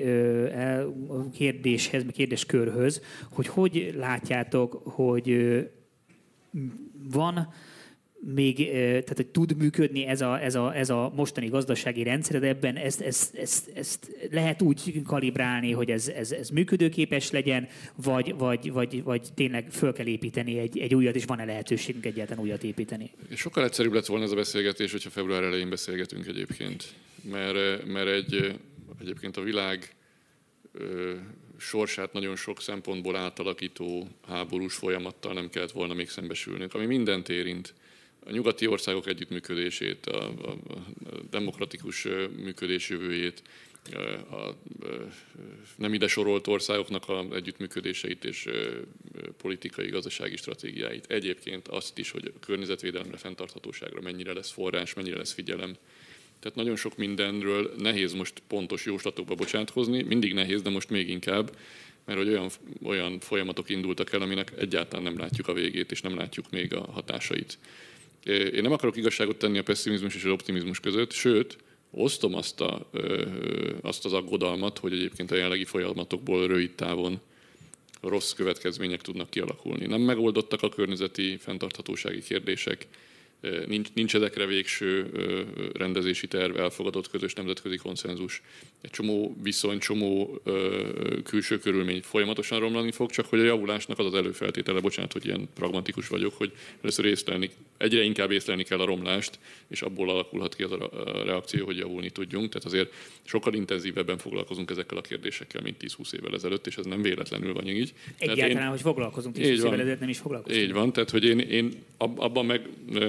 kérdéskörhöz, hogy látjátok, hogy van még, tehát hogy tud működni ez a mostani gazdasági rendszer, de ebben ezt lehet úgy kalibrálni, hogy ez működőképes legyen, vagy tényleg föl kell építeni egy újat, és van-e lehetőségünk egyáltalán újat építeni? Sokkal egyszerűbb lett volna ez a beszélgetés, hogyha február elején beszélgetünk egyébként. Mert egyébként a világ sorsát nagyon sok szempontból átalakító háborús folyamattal nem kellett volna még szembesülnünk, ami mindent érint. A nyugati országok együttműködését, a demokratikus működés jövőjét, a nem ide sorolt országoknak az együttműködéseit és politikai, gazdasági stratégiáit. Egyébként azt is, hogy a környezetvédelemre, fenntarthatóságra mennyire lesz forrás, mennyire lesz figyelem. Tehát nagyon sok mindenről nehéz most pontos jóslatokba bocsátkozni, mindig nehéz, de most még inkább, mert hogy olyan folyamatok indultak el, aminek egyáltalán nem látjuk a végét, és nem látjuk még a hatásait. Én nem akarok igazságot tenni a pessimizmus és az optimizmus között, sőt, osztom azt az aggodalmat, hogy egyébként a jelenlegi folyamatokból rövid távon rossz következmények tudnak kialakulni. Nem megoldottak a környezeti fenntarthatósági kérdések, nincs ezekre végső rendezési terv, elfogadott közös nemzetközi konszenzus. Egy csomó viszony, csomó külső körülmény folyamatosan romlani fog, csak hogy a javulásnak az előfeltétele, bocsánat, hogy ilyen pragmatikus vagyok, hogy először egyre inkább észlelni kell a romlást, és abból alakulhat ki az a reakció, hogy javulni tudjunk. Tehát azért sokkal intenzívebben foglalkozunk ezekkel a kérdésekkel, mint 10-20 évvel ezelőtt, és ez nem véletlenül van így. Egyáltalán, hogy foglalkozunk 10-20 évvel ezelőtt, nem is foglalkozunk. Így van, tehát hogy én abban meg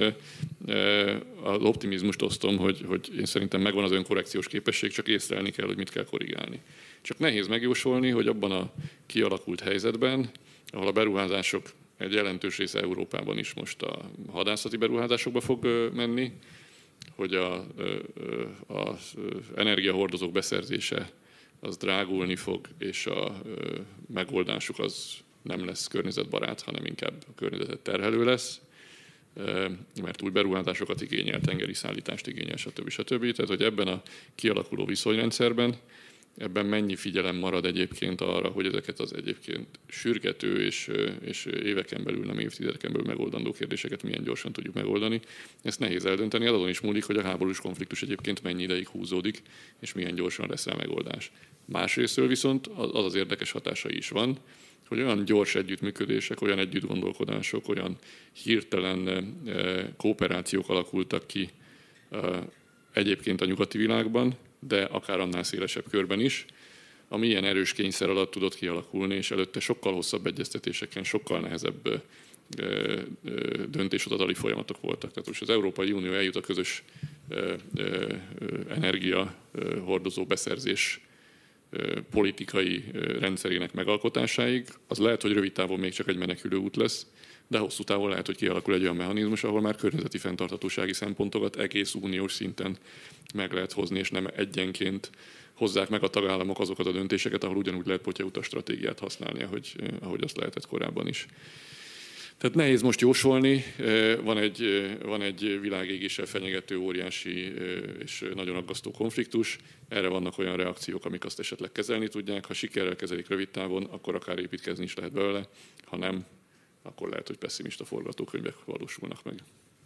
az optimizmust osztom, hogy én szerintem megvan az önkorrekciós képesség, csak észlelni kell, hogy mit kell korrigálni. Csak nehéz megjósolni, hogy abban a kialakult helyzetben, ahol a beruházások egy jelentős része Európában is most a hadászati beruházásokba fog menni, hogy az energiahordozók beszerzése az drágulni fog, és a megoldásuk az nem lesz környezetbarát, hanem inkább a környezetet terhelő lesz, mert új beruházásokat igényel, tengeri szállítást igényel, stb. Tehát, hogy ebben a kialakuló viszonyrendszerben, ebben mennyi figyelem marad egyébként arra, hogy ezeket az egyébként sürgető és éveken belül, nem évtizedeken belül megoldandó kérdéseket milyen gyorsan tudjuk megoldani. Ezt nehéz eldönteni, azon is múlik, hogy a háborús konfliktus egyébként mennyi ideig húzódik, és milyen gyorsan lesz rá megoldás. Másrésztről viszont az érdekes hatásai is van, hogy olyan gyors együttműködések, olyan együttgondolkodások, olyan hirtelen kooperációk alakultak ki egyébként a nyugati világban, de akár annál szélesebb körben is, ami ilyen erős kényszer alatt tudott kialakulni, és előtte sokkal hosszabb egyeztetéseken, sokkal nehezebb döntéshozatali folyamatok voltak. Tehát most az Európai Unió eljut a közös energiahordozó beszerzés politikai rendszerének megalkotásáig, az lehet, hogy rövid távon még csak egy menekülő út lesz, de hosszú távon lehet, hogy kialakul egy olyan mechanizmus, ahol már környezeti fenntarthatósági szempontokat egész uniós szinten meg lehet hozni, és nem egyenként hozzák meg a tagállamok azokat a döntéseket, ahol ugyanúgy lehet potyautas stratégiát használni, ahogy azt lehetett korábban is. Tehát nehéz most jósolni, van egy világégéssel fenyegető óriási és nagyon aggasztó konfliktus, erre vannak olyan reakciók, amik azt esetleg kezelni tudják, ha sikerrel kezelik rövid távon, akkor akár építkezni is lehet belőle, ha nem, akkor lehet, hogy pesszimista forgatókönyvek valósulnak meg.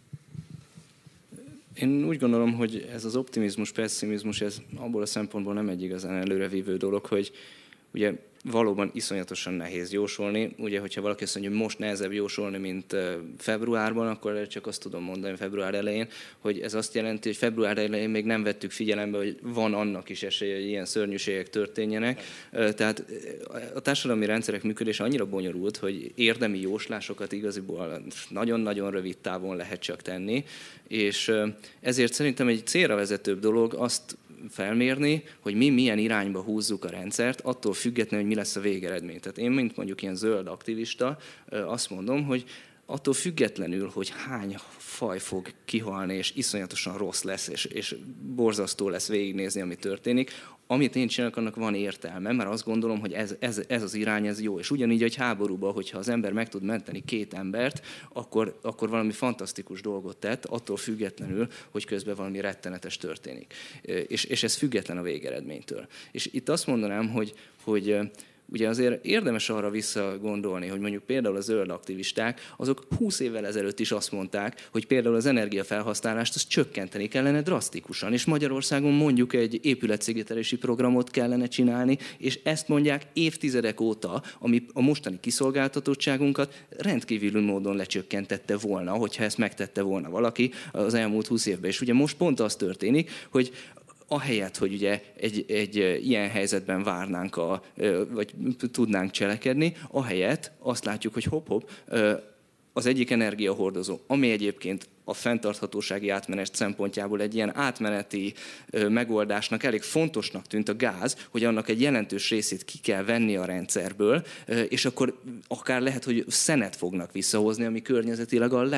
Én úgy gondolom, hogy ez az optimizmus, pessimizmus, ez abból a szempontból nem egy igazán előrevívő dolog, hogy ugye valóban iszonyatosan nehéz jósolni. Ugye, hogyha valaki azt mondja, hogy most nehezebb jósolni, mint februárban, akkor csak azt tudom mondani február elején, hogy ez azt jelenti, hogy február elején még nem vettük figyelembe, hogy van annak is esélye, hogy ilyen szörnyűségek történjenek. Tehát a társadalmi rendszerek működése annyira bonyolult, hogy érdemi jóslásokat igaziból nagyon-nagyon rövid távon lehet csak tenni, és ezért szerintem egy célra vezetőbb dolog azt felmérni, hogy mi milyen irányba húzzuk a rendszert, attól függetlenül, hogy mi lesz a végeredmény. Tehát én, mint mondjuk ilyen zöld aktivista, azt mondom, hogy attól függetlenül, hogy hány faj fog kihalni, és iszonyatosan rossz lesz, és borzasztó lesz végignézni, ami történik, amit én csinálok, annak van értelme, mert azt gondolom, hogy ez az irány, ez jó. És ugyanígy egy háborúban, hogyha az ember meg tud menteni 2 embert, akkor valami fantasztikus dolgot tett, attól függetlenül, hogy közben valami rettenetes történik. És ez független a végeredménytől. És itt azt mondanám, hogy ugye azért érdemes arra visszagondolni, hogy mondjuk például a zöld aktivisták, azok 20 évvel ezelőtt is azt mondták, hogy például az energiafelhasználást azt csökkenteni kellene drasztikusan, és Magyarországon mondjuk egy épületszigetelési programot kellene csinálni, és ezt mondják évtizedek óta, ami a mostani kiszolgáltatottságunkat rendkívüli módon lecsökkentette volna, hogyha ezt megtette volna valaki az elmúlt 20 évben. És ugye most pont az történik, hogy ahelyett, hogy ugye egy ilyen helyzetben várnánk, vagy tudnánk cselekedni, ahelyett azt látjuk, hogy hopp-hopp, az egyik energiahordozó, ami egyébként a fenntarthatósági átmenet szempontjából egy ilyen átmeneti megoldásnak elég fontosnak tűnt a gáz, hogy annak egy jelentős részét ki kell venni a rendszerből, és akkor akár lehet, hogy szenet fognak visszahozni, ami környezetileg a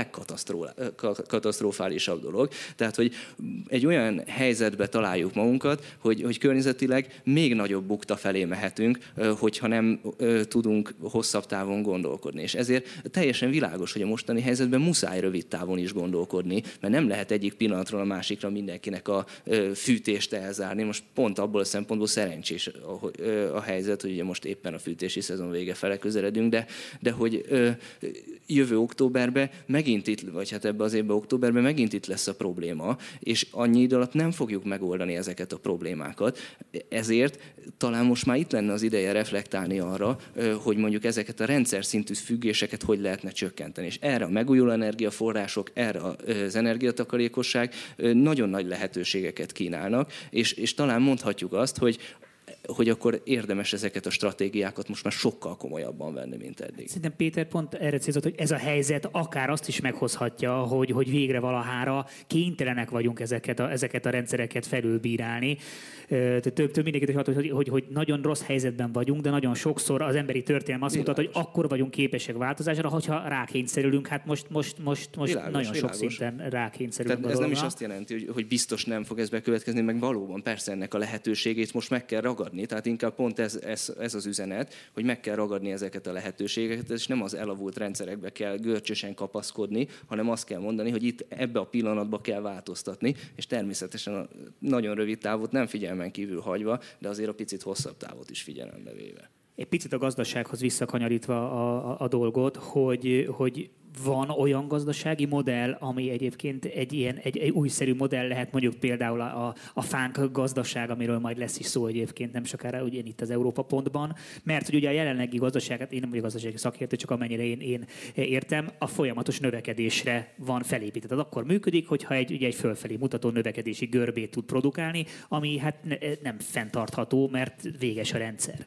legkatasztrofálisabb dolog. Tehát, hogy egy olyan helyzetbe találjuk magunkat, hogy környezetileg még nagyobb bukta felé mehetünk, hogyha nem tudunk hosszabb távon gondolkodni. És ezért teljesen világos, hogy a mostani helyzetben muszáj rövid távon is gondolkodni, mert nem lehet egyik pillanatról a másikra mindenkinek a fűtést elzárni. Most pont abból a szempontból szerencsés a helyzet, hogy ugye most éppen a fűtési szezon vége fele közeledünk, de hogy jövő októberben megint itt, vagy hát ebbe az évben októberben megint itt lesz a probléma, és annyi idő alatt nem fogjuk megoldani ezeket a problémákat. Ezért talán most már itt lenne az ideje reflektálni arra, hogy mondjuk ezeket a rendszer szintű függéseket hogy lehetne csökkenteni. És erre a megújuló energiaforrások, erre az energiatakarékosság nagyon nagy lehetőségeket kínálnak, és talán mondhatjuk azt, hogy akkor érdemes ezeket a stratégiákat most már sokkal komolyabban venni, mint eddig. Szerintem Péter pont erre célzott, hogy ez a helyzet akár azt is meghozhatja, hogy végre valahára kénytelenek vagyunk ezeket a rendszereket felülbírálni. Több mindenki, hogy nagyon rossz helyzetben vagyunk, de nagyon sokszor az emberi történelem azt mutat, hogy akkor vagyunk képesek változásra, hogyha rákényszerülünk. Hát most világos, nagyon sok szinten rákényszerülünk. Tehát ez nem is azt jelenti, hogy biztos nem fog ez bekövetkezni, meg valóban persze ennek a lehetőségét most meg kell ragadni. Tehát inkább pont ez az üzenet, hogy meg kell ragadni ezeket a lehetőségeket, és nem az elavult rendszerekbe kell görcsösen kapaszkodni, hanem azt kell mondani, hogy itt ebbe a pillanatba kell változtatni, és természetesen a nagyon rövid távot nem figyelmen kívül hagyva, de azért a picit hosszabb távot is figyelembe véve. Egy picit a gazdasághoz visszakanyarítva a dolgot, hogy van olyan gazdasági modell, ami egyébként egy újszerű modell lehet, mondjuk például a fánk gazdaság, amiről majd lesz is szó egyébként nem sokára, ugye itt az Európa Pontban, mert hogy ugye a jelenlegi gazdaságot, én nem vagyok gazdasági szakértő, csak amennyire én értem, a folyamatos növekedésre van felépített. Az akkor működik, hogyha egy fölfelé mutató növekedési görbét tud produkálni, ami hát nem fenntartható, mert véges a rendszer.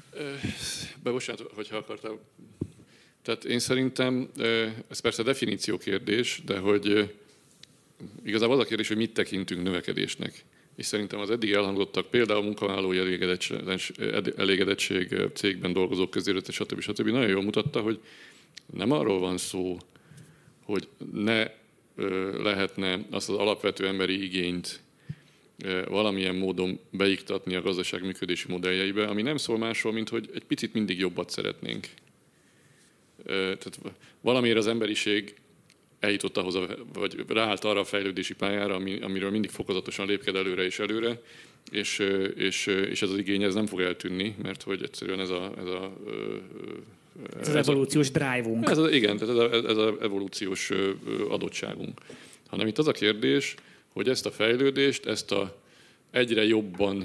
Bocsánat, hogyha akartál. Tehát én szerintem, ez persze definíció kérdés, de hogy igazából az a kérdés, hogy mit tekintünk növekedésnek. és szerintem az eddig elhangzottak, például a munkavállalói elégedettség, cégben dolgozók közérete, stb. Nagyon jól mutatta, hogy nem arról van szó, hogy ne lehetne azt az alapvető emberi igényt valamilyen módon beiktatni a gazdaság működési modelljeibe, ami nem szól másról, mint hogy egy picit mindig jobbat szeretnénk. Tehát valamiért az emberiség eljutott ahhoz, vagy ráállt arra a fejlődési pályára, amiről mindig fokozatosan lépked előre és előre, és ez az igény ez nem fog eltűnni, mert hogy egyszerűen ez az evolúciós drive-unk. Igen, tehát ez az evolúciós adottságunk. Hanem itt az a kérdés, hogy ezt a fejlődést, ezt a egyre jobban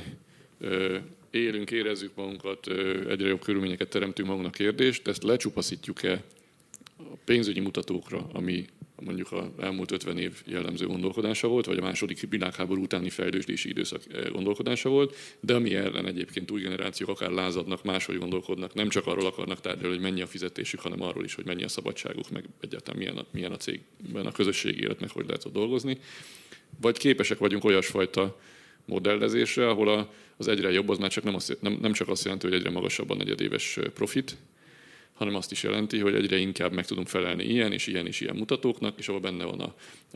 élünk, érezzük magunkat, egyre jobb körülményeket teremtünk magunknak kérdést, ezt lecsupaszítjuk-e a pénzügyi mutatókra, ami mondjuk az elmúlt 50 év jellemző gondolkodása volt, vagy a második világháború utáni fejlődési időszak gondolkodása volt, de ami ellen egyébként új generációk akár lázadnak, máshogy gondolkodnak, nem csak arról akarnak tárgyalni, hogy mennyi a fizetésük, hanem arról is, hogy mennyi a szabadságuk, meg egyáltalán milyen a cégben a közösségi élet, meg hogy lehet ott dolgozni. Vagy képesek vagyunk olyasfajta modellezésre, ahol az egyre jobb, az már nem csak azt jelenti, hogy egyre magasabb a negyedéves profit, hanem azt is jelenti, hogy egyre inkább meg tudunk felelni ilyen és ilyen mutatóknak, és abban benne van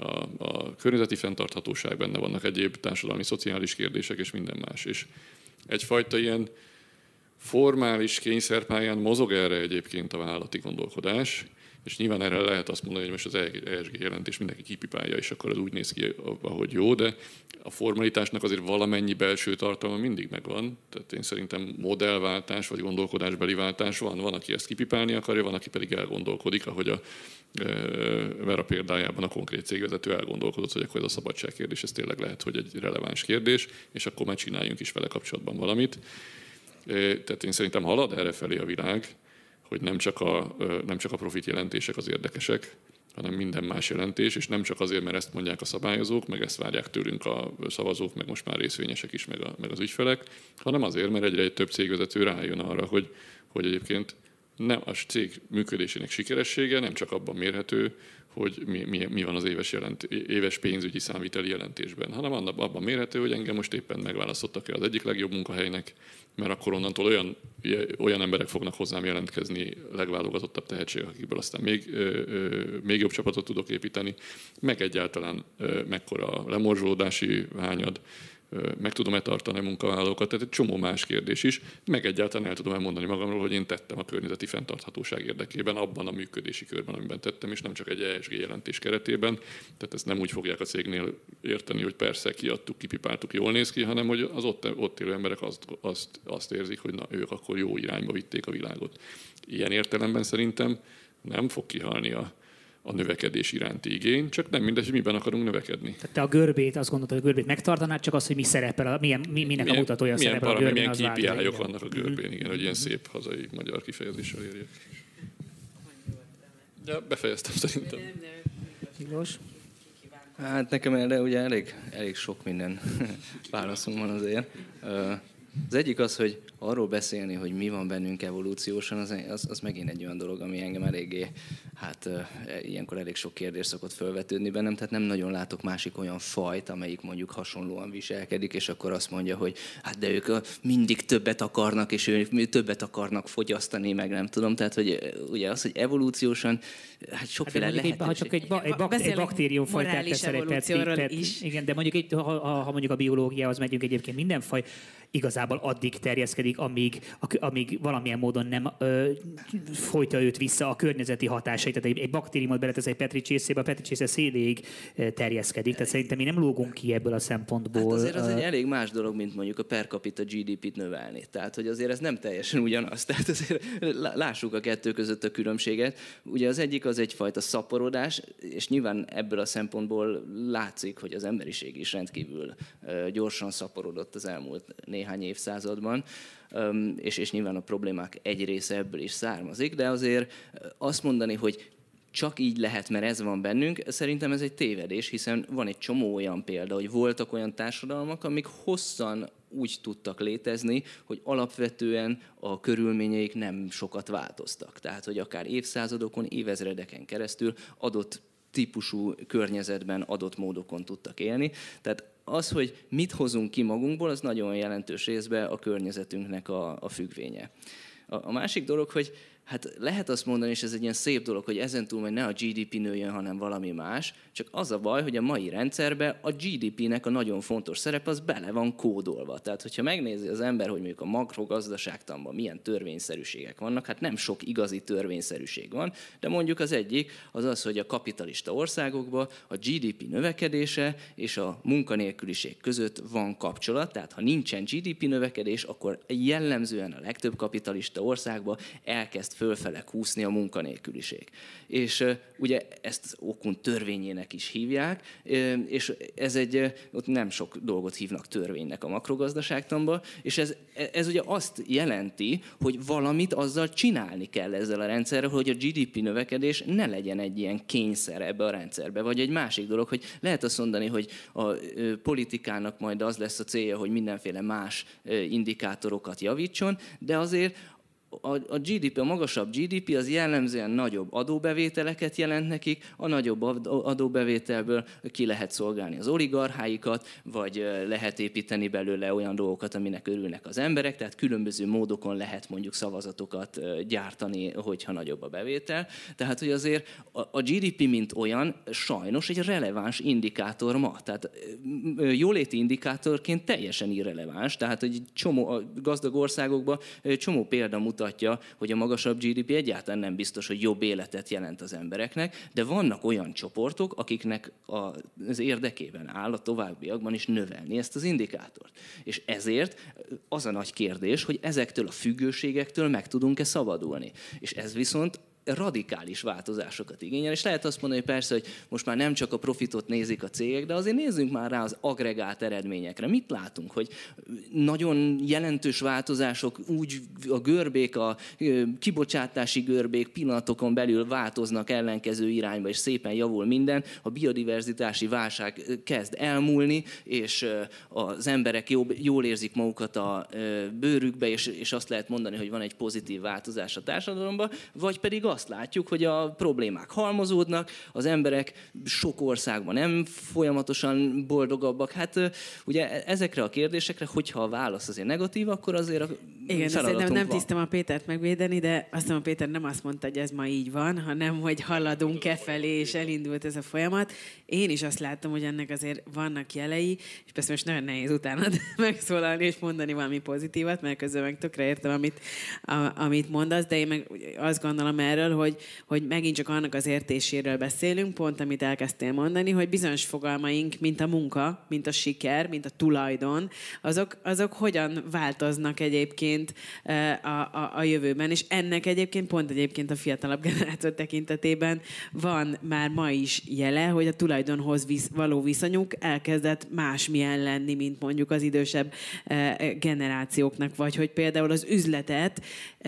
a környezeti fenntarthatóság, benne vannak egyéb társadalmi, szociális kérdések és minden más. És egyfajta ilyen formális kényszerpályán mozog erre egyébként a vállalati gondolkodás, és nyilván erre lehet azt mondani, hogy most az ESG jelentés mindenki kipipálja, és akkor az úgy néz ki, ahogy jó, de a formalitásnak azért valamennyi belső tartalma mindig megvan. Tehát én szerintem modellváltás vagy gondolkodásbeli váltás van. Van, aki ezt kipipálni akarja, van, aki pedig elgondolkodik, ahogy a Vera példájában a konkrét cégvezető elgondolkodott, hogy akkor ez a szabadságkérdés, ez tényleg lehet, hogy egy releváns kérdés, és akkor már csináljunk is vele kapcsolatban valamit. Tehát én szerintem halad errefelé a világ, hogy nem csak a profit jelentések az érdekesek, hanem minden más jelentés, és nem csak azért, mert ezt mondják a szabályozók, meg ezt várják tőlünk a szavazók, meg most már részvényesek is, meg az ügyfelek, hanem azért, mert egyre több cégvezető rájön arra, hogy egyébként nem a cég működésének sikeressége nem csak abban mérhető, hogy mi van az éves pénzügyi számviteli jelentésben, hanem abban mérhető, hogy engem most éppen megválasztottak-e az egyik legjobb munkahelynek, mert akkor onnantól olyan emberek fognak hozzám jelentkezni, legválogatottabb tehetségek, akikből aztán még jobb csapatot tudok építeni, meg egyáltalán mekkora a lemorzsolódási hányad, meg tudom-e tartani a munkavállalókat, tehát egy csomó más kérdés is, meg egyáltalán el tudom elmondani magamról, hogy én tettem a környezeti fenntarthatóság érdekében, abban a működési körben, amiben tettem, és nem csak egy ESG jelentés keretében. Tehát ezt nem úgy fogják a cégnél érteni, hogy persze kiadtuk, kipipáltuk, jól néz ki, hanem hogy az ott élő emberek azt érzik, hogy na, ők akkor jó irányba vitték a világot. Ilyen értelemben szerintem nem fog kihalni a növekedés iránti igény, csak nem mindegy, hogy miben akarunk növekedni. Tehát te a görbét, azt gondolod, hogy a görbét megtartanád, csak az, hogy mi szerepel, minek a mutatója szerepel a görbén, az változik. Milyen KPI-ok vannak a görbén, igen, hogy ilyen szép hazai magyar kifejezéssel érjek. Ja, befejeztem szerintem. Miklós? Hát nekem erre ugye elég sok minden válaszom van azért. Az egyik az, hogy arról beszélni, hogy mi van bennünk evolúciósan, az megint egy olyan dolog, ami engem eléggé, ilyenkor elég sok kérdés szokott felvetődni bennem, tehát nem nagyon látok másik olyan fajt, amelyik mondjuk hasonlóan viselkedik, és akkor azt mondja, hogy hát de ők mindig többet akarnak, és ők többet akarnak fogyasztani, meg nem tudom, tehát hogy ugye az, hogy evolúciósan, hát sokféle lehetőség. Ha csak egy baktériumfajtát teszel is. Igen, de mondjuk ha mondjuk a biológiához megyünk, egyébként minden faj igazából addig terjeszkedik, amíg valamilyen módon nem folytja őt vissza a környezeti hatásait. Tehát egy baktériumot beletesz egy Petri csészébe, a Petri csésze széléig terjeszkedik. Tehát szerintem mi nem lógunk ki ebből a szempontból. Hát azért az egy elég más dolog, mint mondjuk a per capita GDP-t növelni. Tehát, hogy azért ez nem teljesen ugyanaz. Tehát azért lássuk a kettő között a különbséget. Ugye az egyik az egyfajta szaporodás, és nyilván ebből a szempontból látszik, hogy az emberiség is rendkívül gyorsan szaporodott az elmúlt néhány évszázadban, és nyilván a problémák egy része ebből is származik, de azért azt mondani, hogy csak így lehet, mert ez van bennünk, szerintem ez egy tévedés, hiszen van egy csomó olyan példa, hogy voltak olyan társadalmak, amik hosszan úgy tudtak létezni, hogy alapvetően a körülményeik nem sokat változtak. Tehát, hogy akár évszázadokon, évezredeken keresztül adott típusú környezetben, adott módokon tudtak élni. Tehát az, hogy mit hozunk ki magunkból, az nagyon jelentős részben a környezetünknek a függvénye. A másik dolog, hogy hát lehet azt mondani, és ez egy ilyen szép dolog, hogy ezentúl majd ne a GDP nőjön, hanem valami más, csak az a baj, hogy a mai rendszerben a GDP-nek a nagyon fontos szerep az bele van kódolva. Tehát, hogyha megnézi az ember, hogy mondjuk a makrogazdaságtanban milyen törvényszerűségek vannak, hát nem sok igazi törvényszerűség van, de mondjuk az egyik az, hogy a kapitalista országokban a GDP növekedése és a munkanélküliség között van kapcsolat, tehát ha nincsen GDP növekedés, akkor jellemzően a legtöbb kapitalista országban elkezd fölfele kúszni a munkanélküliség. És ugye ezt Okun törvényének is hívják, és ez ott nem sok dolgot hívnak törvénynek a makrogazdaságtanban, és ez ugye azt jelenti, hogy valamit azzal csinálni kell ezzel a rendszerrel, hogy a GDP növekedés ne legyen egy ilyen kényszer ebbe a rendszerbe. Vagy egy másik dolog, hogy lehet azt mondani, hogy a politikának majd az lesz a célja, hogy mindenféle más indikátorokat javítson, de azért a GDP, a magasabb GDP az jellemzően nagyobb adóbevételeket jelent nekik, a nagyobb adóbevételből ki lehet szolgálni az oligarcháikat, vagy lehet építeni belőle olyan dolgokat, aminek örülnek az emberek, tehát különböző módokon lehet mondjuk szavazatokat gyártani, hogyha nagyobb a bevétel. Tehát, hogy azért a GDP mint olyan sajnos egy releváns indikátor ma. Tehát jóléti indikátorként teljesen irreleváns, tehát hogy csomó a gazdag országokban csomó példa mutatja, hogy a magasabb GDP egyáltalán nem biztos, hogy jobb életet jelent az embereknek, de vannak olyan csoportok, akiknek az érdekében áll a továbbiakban is növelni ezt az indikátort. És ezért az a nagy kérdés, hogy ezektől a függőségektől meg tudunk-e szabadulni. És ez viszont radikális változásokat igényel, és lehet azt mondani, hogy persze, hogy most már nem csak a profitot nézik a cégek, de azért nézzünk már rá az agregált eredményekre. Mit látunk? Hogy nagyon jelentős változások, úgy a görbék, a kibocsátási görbék pillanatokon belül változnak ellenkező irányba, és szépen javul minden. A biodiverzitási válság kezd elmúlni, és az emberek jól érzik magukat a bőrükbe, és azt lehet mondani, hogy van egy pozitív változás a társadalomban, vagy pedig azt látjuk, hogy a problémák halmozódnak, az emberek sok országban nem folyamatosan boldogabbak. Hát ugye ezekre a kérdésekre, hogyha a válasz azért negatív, akkor azért a feladatunk nem tisztem a Pétert megvédeni, de azt hiszem a Péter nem azt mondta, hogy ez ma így van, hanem hogy haladunk felé, és elindult ez a folyamat. Én is azt látom, hogy ennek azért vannak jelei, és persze most nagyon nehéz utána megszólalni és mondani valami pozitívat, mert közben meg tökre értem, amit mondasz, de én meg azt gondolom erről, hogy megint csak annak az értéséről beszélünk, pont amit elkezdtél mondani, hogy bizonyos fogalmaink, mint a munka, mint a siker, mint a tulajdon, azok hogyan változnak egyébként a jövőben, és ennek egyébként a fiatalabb generáció tekintetében van már ma is jele, hogy a tulajdonhoz való viszonyuk elkezdett másmilyen lenni, mint mondjuk az idősebb generációknak, vagy hogy például az üzletet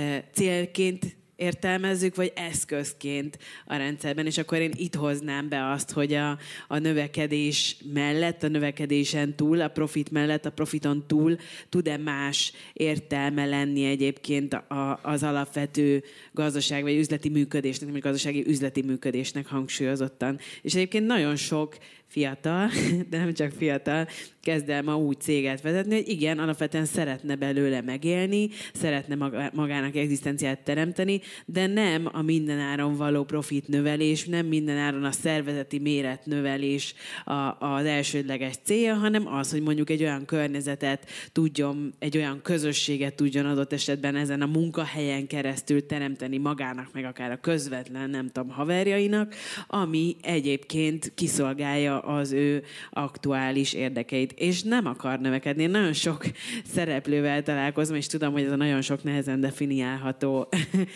célként értelmezzük, vagy eszközként a rendszerben, és akkor én itt hoznám be azt, hogy a növekedés mellett, a növekedésen túl, a profit mellett, a profiton túl tud-e más értelme lenni egyébként az alapvető gazdaság vagy üzleti működésnek, vagy gazdasági üzleti működésnek hangsúlyozottan. És egyébként nagyon sok fiatal, de nem csak fiatal, kezd el ma úgy céget vezetni, hogy igen, alapvetően szeretne belőle megélni, szeretne magának egzisztenciát teremteni, de nem a mindenáron való profitnövelés, nem mindenáron a szervezeti méretnövelés az elsődleges célja, hanem az, hogy mondjuk egy olyan környezetet tudjon, egy olyan közösséget tudjon adott esetben ezen a munkahelyen keresztül teremteni magának, meg akár a közvetlen, nem tudom, haverjainak, ami egyébként kiszolgálja az ő aktuális érdekeit, és nem akar növekedni. Én nagyon sok szereplővel találkozom, és tudom, hogy ez a nagyon sok nehezen definiálható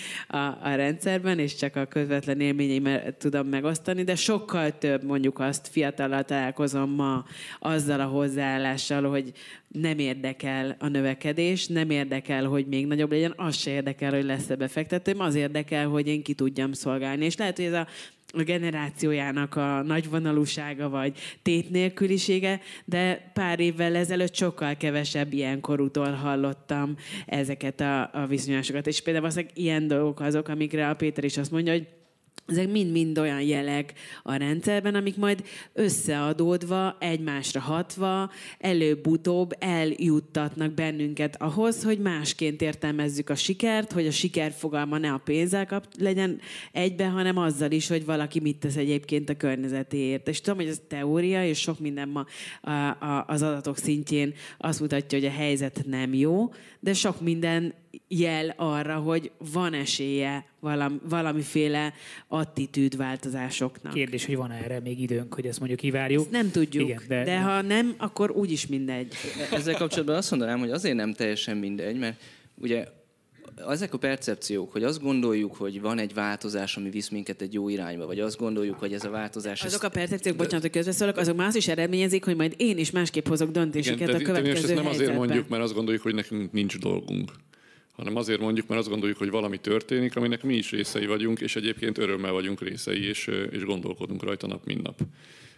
a rendszerben, és csak a közvetlen élményeimet tudom megosztani, de sokkal több, mondjuk azt fiatallal találkozom ma azzal a hozzáállással, hogy nem érdekel a növekedés, nem érdekel, hogy még nagyobb legyen, az se érdekel, hogy lesz-e befektetőm, az érdekel, hogy én ki tudjam szolgálni. És lehet, hogy ez a generációjának a nagyvonalúsága vagy tétnélkülisége, de pár évvel ezelőtt sokkal kevesebb ilyen korútól hallottam ezeket a viszonyásokat. És például valószínűleg ilyen dolgok azok, amikre a Péter is azt mondja, hogy Ezek mind-mind olyan jelek a rendszerben, amik majd összeadódva, egymásra hatva, előbb-utóbb eljuttatnak bennünket ahhoz, hogy másként értelmezzük a sikert, hogy a siker fogalma ne a pénzzel legyen egybe, hanem azzal is, hogy valaki mit tesz egyébként a környezetéért. És tudom, hogy ez teória, és sok minden ma az adatok szintjén azt mutatja, hogy a helyzet nem jó, de sok minden jel arra, hogy van esélye valamiféle attitűdváltozásoknak. Kérdés, hogy van erre még időnk, hogy ezt mondjuk kivárjuk. Ezt nem tudjuk, igen, de ha nem, akkor úgyis mindegy. Ezzel kapcsolatban azt mondanám, hogy azért nem teljesen mindegy, mert ugye ezek a percepciók, hogy azt gondoljuk, hogy van egy változás, ami visz minket egy jó irányba, vagy azt gondoljuk, hogy ez a változás... Azok a percepciók, bocsánat, hogy közbeszólok, azok már azt is eredményezik, hogy majd én is másképp hozok döntéseket a következő helyzetben. Nem azért helyzetben. mondjuk, mert azt gondoljuk, hogy nekünk nincs dolgunk, hanem azért mondjuk, mert azt gondoljuk, hogy valami történik, aminek mi is részei vagyunk, és egyébként örömmel vagyunk részei, és gondolkodunk rajta nap, mint nap.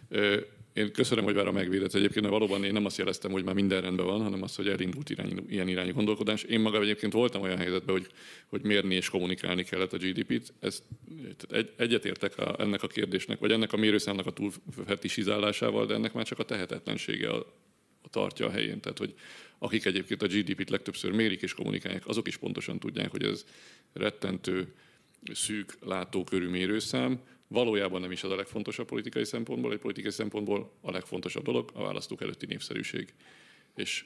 Én köszönöm, hogy Vera megvédett egyébként, mert valóban én nem azt jeleztem, hogy már minden rendben van, hanem azt, hogy elindult ilyen irányú gondolkodás. Én magam egyébként voltam olyan helyzetben, hogy mérni és kommunikálni kellett a GDP-t. Egyetértek ennek a kérdésnek, vagy ennek a mérőszámnak a túlfetisizálásával, de ennek már csak a tehetetlensége tartja a helyén. Tehát, hogy akik egyébként a GDP-t legtöbbször mérik és kommunikálják, azok is pontosan tudják, hogy ez rettentő szűk látókörű mérőszám. Valójában nem is az a legfontosabb politikai szempontból. Egy politikai szempontból a legfontosabb dolog a választók előtti népszerűség. És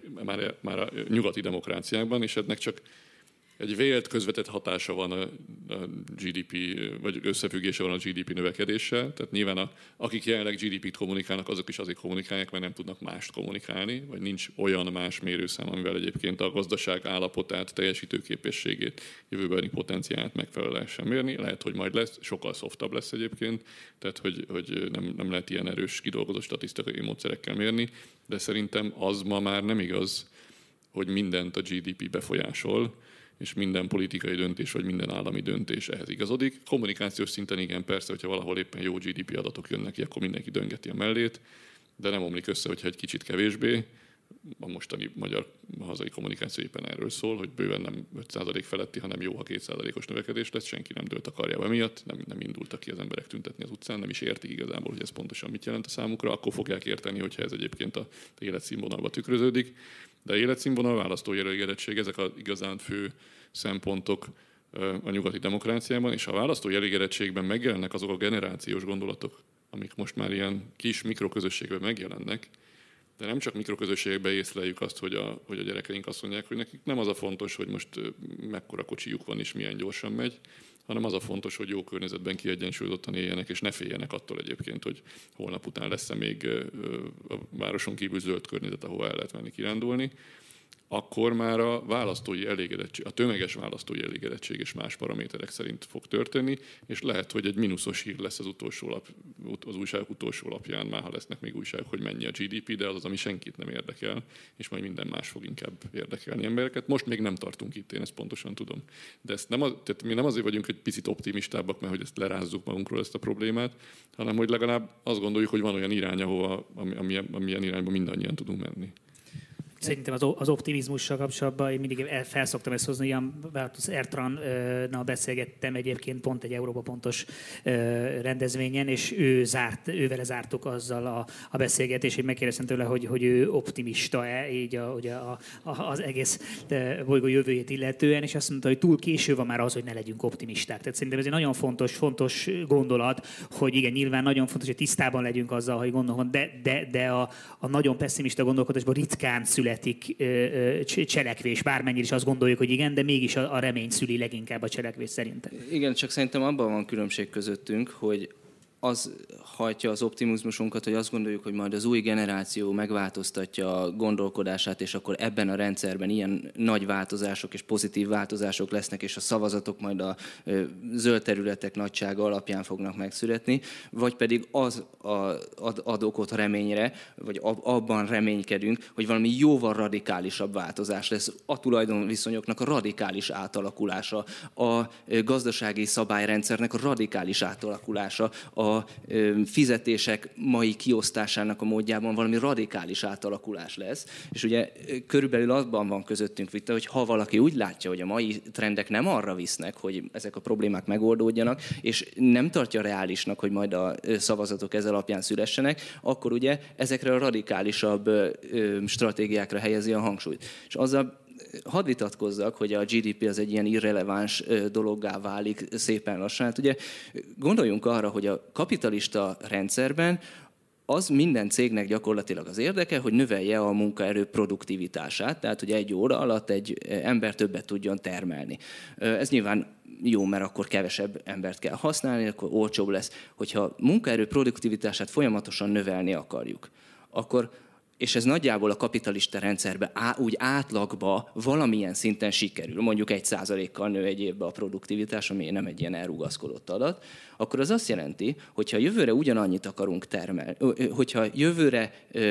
már a nyugati demokráciákban, és ennek csak egy vélt közvetett hatása van a GDP, vagy összefüggése van a GDP növekedéssel. Tehát nyilván akik jelenleg GDP-t kommunikálnak, azok is azért kommunikálják, mert nem tudnak mást kommunikálni, vagy nincs olyan más mérőszám, amivel egyébként a gazdaság állapotát, teljesítőképességét, jövőbeni potenciált megfelelően lehessen mérni. Lehet, hogy majd lesz, sokkal szoftabb lesz egyébként, tehát hogy nem lehet ilyen erős kidolgozott statisztikai módszerekkel mérni, de szerintem az ma már nem igaz, hogy mindent a GDP befolyásol, és minden politikai döntés, vagy minden állami döntés ehhez igazodik. Kommunikációs szinten igen, persze, hogyha valahol éppen jó GDP adatok jönnek ki, akkor mindenki döngeti a mellét, de nem omlik össze, hogyha egy kicsit kevésbé. A mostani magyar hazai kommunikáció éppen erről szól, hogy bőven nem 5% feletti, hanem jó, ha 2%-os növekedés lesz, senki nem dőlt a karjába miatt, nem indultak ki az emberek tüntetni az utcán, nem is értik igazából, hogy ez pontosan mit jelent a számukra, akkor fogják érteni, hogyha ez egyébként az életszínvonalba tükröződik. De életszínvonal, választójelöli érettség, ezek az igazán fő szempontok a nyugati demokráciában, és a választójelöli érettségben megjelennek azok a generációs gondolatok, amik most már ilyen kis mikroközösségben megjelennek, de nem csak mikroközösségekben észleljük azt, hogy a gyerekeink azt mondják, hogy nekik nem az a fontos, hogy most mekkora kocsijuk van és milyen gyorsan megy, hanem az a fontos, hogy jó környezetben kiegyensúlyozottan éljenek, és ne féljenek attól egyébként, hogy holnap után lesz-e még a városon kívül zöld környezet, ahova el lehet menni kirándulni. Akkor már a választói elégedettség, a tömeges választói elégedettség és más paraméterek szerint fog történni, és lehet, hogy egy mínuszos hír lesz az újságok utolsó lapján, már ha lesznek még újságok, hogy mennyi a GDP, de az, ami senkit nem érdekel, és majd minden más fog inkább érdekelni embereket. Most még nem tartunk itt, én ezt pontosan tudom. De ezt tehát mi nem azért vagyunk egy picit optimistábbak, mert hogy ezt lerázzuk magunkról ezt a problémát, hanem hogy legalább azt gondoljuk, hogy van olyan irány, amilyen irányba mindannyian tudunk menni. Szerintem az optimizmussal kapcsolatban én mindig felszoktam ezt hozni, Jan Bartusz Ertrannal beszélgettem egyébként pont egy Európa Pontos rendezvényen, és ővele zártuk azzal a beszélgetést, hogy megkérdeztem tőle, hogy ő optimista-e így az egész bolygó jövőjét illetően, és azt mondta, hogy túl késő van már az, hogy ne legyünk optimisták. Tehát szerintem ez egy nagyon fontos gondolat, hogy igen, nyilván nagyon fontos, hogy tisztában legyünk azzal, hogy gondolom, de a nagyon pessimista gondolkodásban ritkán születik cselekvés, bármennyire is azt gondoljuk, hogy igen, de mégis a remény szüli leginkább a cselekvés szerintem. Igen, csak szerintem abban van különbség közöttünk, hogy az hajtja az optimizmusunkat, hogy azt gondoljuk, hogy majd az új generáció megváltoztatja a gondolkodását, és akkor ebben a rendszerben ilyen nagy változások és pozitív változások lesznek, és a szavazatok majd a zöld területek nagysága alapján fognak megszületni, vagy pedig az ad okot reményre, vagy abban reménykedünk, hogy valami jóval radikálisabb változás lesz, a tulajdonviszonyoknak a radikális átalakulása, a gazdasági szabályrendszernek a radikális átalakulása, a a fizetések mai kiosztásának a módjában valami radikális átalakulás lesz. És ugye körülbelül abban van közöttünk vita, hogy ha valaki úgy látja, hogy a mai trendek nem arra visznek, hogy ezek a problémák megoldódjanak, és nem tartja reálisnak, hogy majd a szavazatok ez alapján szülessenek, akkor ugye ezekre a radikálisabb stratégiákra helyezi a hangsúlyt. És azzal hadd vitatkozzak, hogy a GDP az egy ilyen irreleváns dologgá válik szépen lassan. Hát ugye gondoljunk arra, hogy a kapitalista rendszerben az minden cégnek gyakorlatilag az érdeke, hogy növelje a munkaerő produktivitását, tehát hogy egy óra alatt egy ember többet tudjon termelni. Ez nyilván jó, mert akkor kevesebb embert kell használni, akkor olcsóbb lesz. Hogyha munkaerő produktivitását folyamatosan növelni akarjuk, akkor, és ez nagyjából a kapitalista rendszerben úgy átlagba valamilyen szinten sikerül, mondjuk 1%-kal nő egy évben a produktivitás, ami nem egy ilyen elrugaszkodott adat, akkor az azt jelenti, hogyha jövőre ugyanannyit akarunk termelni, hogyha jövőre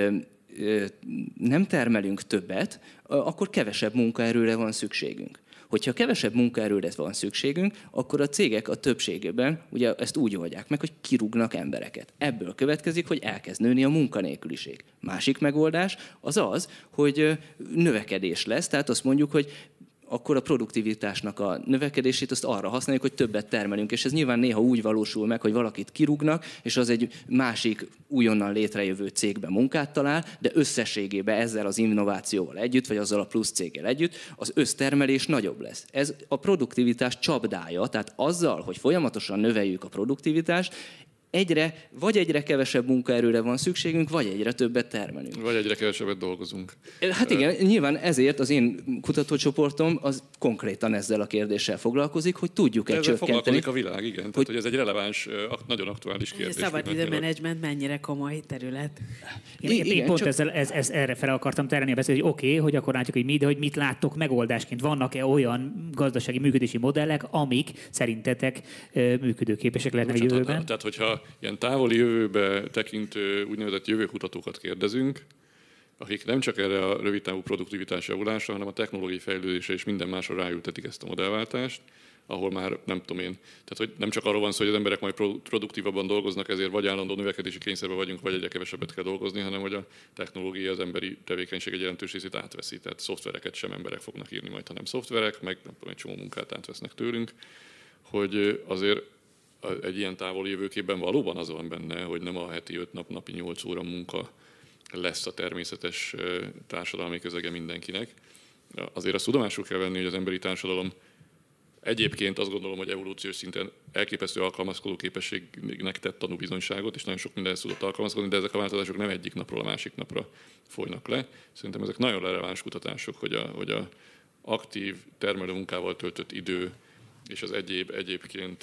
nem termelünk többet, akkor kevesebb munkaerőre van szükségünk. Hogyha kevesebb munkaerőre van szükségünk, akkor a cégek a többségében ugye ezt úgy oldják meg, hogy kirúgnak embereket. Ebből következik, hogy elkezd nőni a munkanélküliség. Másik megoldás az az, hogy növekedés lesz, tehát azt mondjuk, hogy akkor a produktivitásnak a növekedését azt arra használjuk, hogy többet termelünk. És ez nyilván néha úgy valósul meg, hogy valakit kirúgnak, és az egy másik újonnan létrejövő cégben munkát talál, de összességében ezzel az innovációval együtt, vagy azzal a plusz céggel együtt, az össztermelés nagyobb lesz. Ez a produktivitás csapdája, tehát azzal, hogy folyamatosan növeljük a produktivitást, egyre kevesebb munkaerőre van szükségünk, vagy egyre többet termelünk. Vagy egyre kevesebbet dolgozunk. Hát igen, nyilván ezért az én kutatócsoportom az konkrétan ezzel a kérdéssel foglalkozik, hogy tudjuk-e csökkenteni. Foglalkozik a világ, igen. Tehát, hogy ez egy releváns, nagyon aktuális kérdés. A szabadidőmenedzsment mennyire komoly terület? Én pont erre fel akartam terelni a beszélni, hogy oké, hogy akkor látjuk, hogy mi, de hogy mit láttok megoldásként. Vannak-e olyan gazdasági működési modellek, amik szerintetek működőképesek lehetnek a jövőben? Tehát, hogyha ilyen távoli jövőbe tekintő úgynevezett jövőkutatókat kérdezünk, akik nem csak erre a rövidtávú produktivitás javulásra, hanem a technológiai fejlődésre és minden másra ráültetik ezt a modellváltást, ahol már nem tudom én, tehát hogy nem csak arról van szó, hogy az emberek majd produktívabban dolgoznak, ezért vagy állandó növekedési kényszerben vagyunk, vagy egyre kevesebbet kell dolgozni, hanem hogy a technológia az emberi tevékenység egy jelentős részét átveszi. Tehát szoftvereket sem emberek fognak írni majd, hanem szoftverek, meg nem tudom, egy csomó munkát átvesznek tőlünk, hogy azért egy ilyen távoli jövőképben valóban az van benne, hogy nem a heti 5 nap, napi 8 óra munka lesz a természetes társadalmi közege mindenkinek. Azért azt tudomásul kell venni, hogy az emberi társadalom egyébként azt gondolom, hogy evolúciós szinten elképesztő alkalmazkodó képességnek tett tanúbizonyságot, és nagyon sok mindenhez tudott alkalmazkodni, de ezek a változások nem egyik napról a másik napra folynak le. Szerintem ezek nagyon releváns kutatások, hogy a aktív termelő munkával töltött idő és az egyébként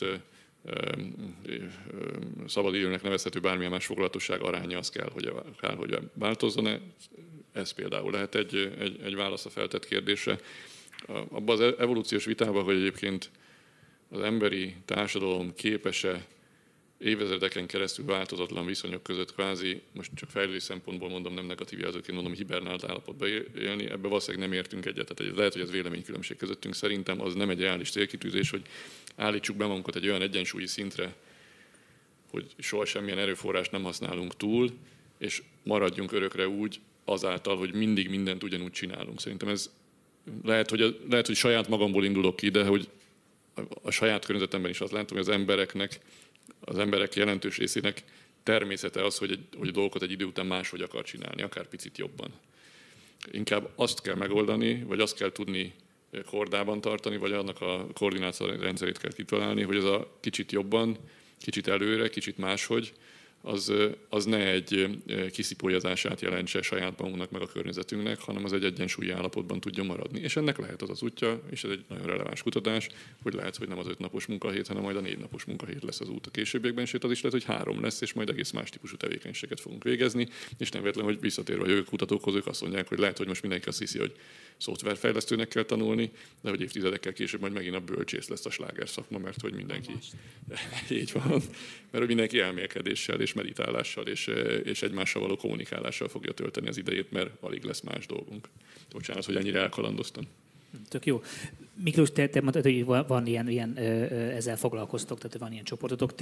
szabadidőnek nevezhető bármilyen más foglalatosság aránya az kell, hogy változzon. Ez például lehet egy válasz a feltett kérdésre. Abban az evolúciós vitában, hogy egyébként az emberi társadalom képes-e évezredeken keresztül változatlan viszonyok között kvázi, most csak fejlődés szempontból mondom, nem negatív jelzőként mondom, hibernált állapotba élni, ebben valószínűleg nem értünk egyet. Tehát lehet, hogy ez véleménykülönbség közöttünk. Szerintem az nem egy reális célkitűzés, hogy állítsuk be magunkat egy olyan egyensúlyi szintre, hogy soha semmilyen erőforrást nem használunk túl, és maradjunk örökre úgy azáltal, hogy mindig mindent ugyanúgy csinálunk. Szerintem ez lehet, hogy saját magamból indulok ki, de hogy a saját környezetemben is azt látom, hogy az emberek jelentős részének természete az, hogy a dolgokat egy idő után máshogy akar csinálni, akár picit jobban. Inkább azt kell megoldani, vagy azt kell tudni kordában tartani, vagy annak a koordinációrendszerét kell kitalálni, hogy ez a kicsit jobban, kicsit előre, kicsit máshogy, az ne egy kiszipólyazását jelentse saját magunknak meg a környezetünknek, hanem az egy egyensúlyi állapotban tudjon maradni. És ennek lehet az útja, és ez egy nagyon releváns kutatás, hogy lehet, hogy nem az 5 napos munkahét, hanem majd a 4 napos munkahét lesz az út a későbbiekben, sőt az is lehet, hogy 3 lesz, és majd egész más típusú tevékenységet fogunk végezni, és nem véletlen, hogy visszatérve a jövőkutatókhoz, ők azt mondják, hogy lehet, hogy most mindenki azt hiszi, hogy szoftverfejlesztőnek kell tanulni, de hogy évtizedekkel később majd megint a bölcsész lesz a sláger szakma, mert hogy mindenki így van, mert hogy mindenki elmélkedéssel és meditálással és egymással való kommunikálással fogja tölteni az idejét, mert alig lesz más dolgunk. Bocsánat, hogy ennyire elkalandoztam. Tök jó. Miklós, te mondtad, hogy van ilyen ezzel foglalkoztok, tehát van ilyen csoportotok.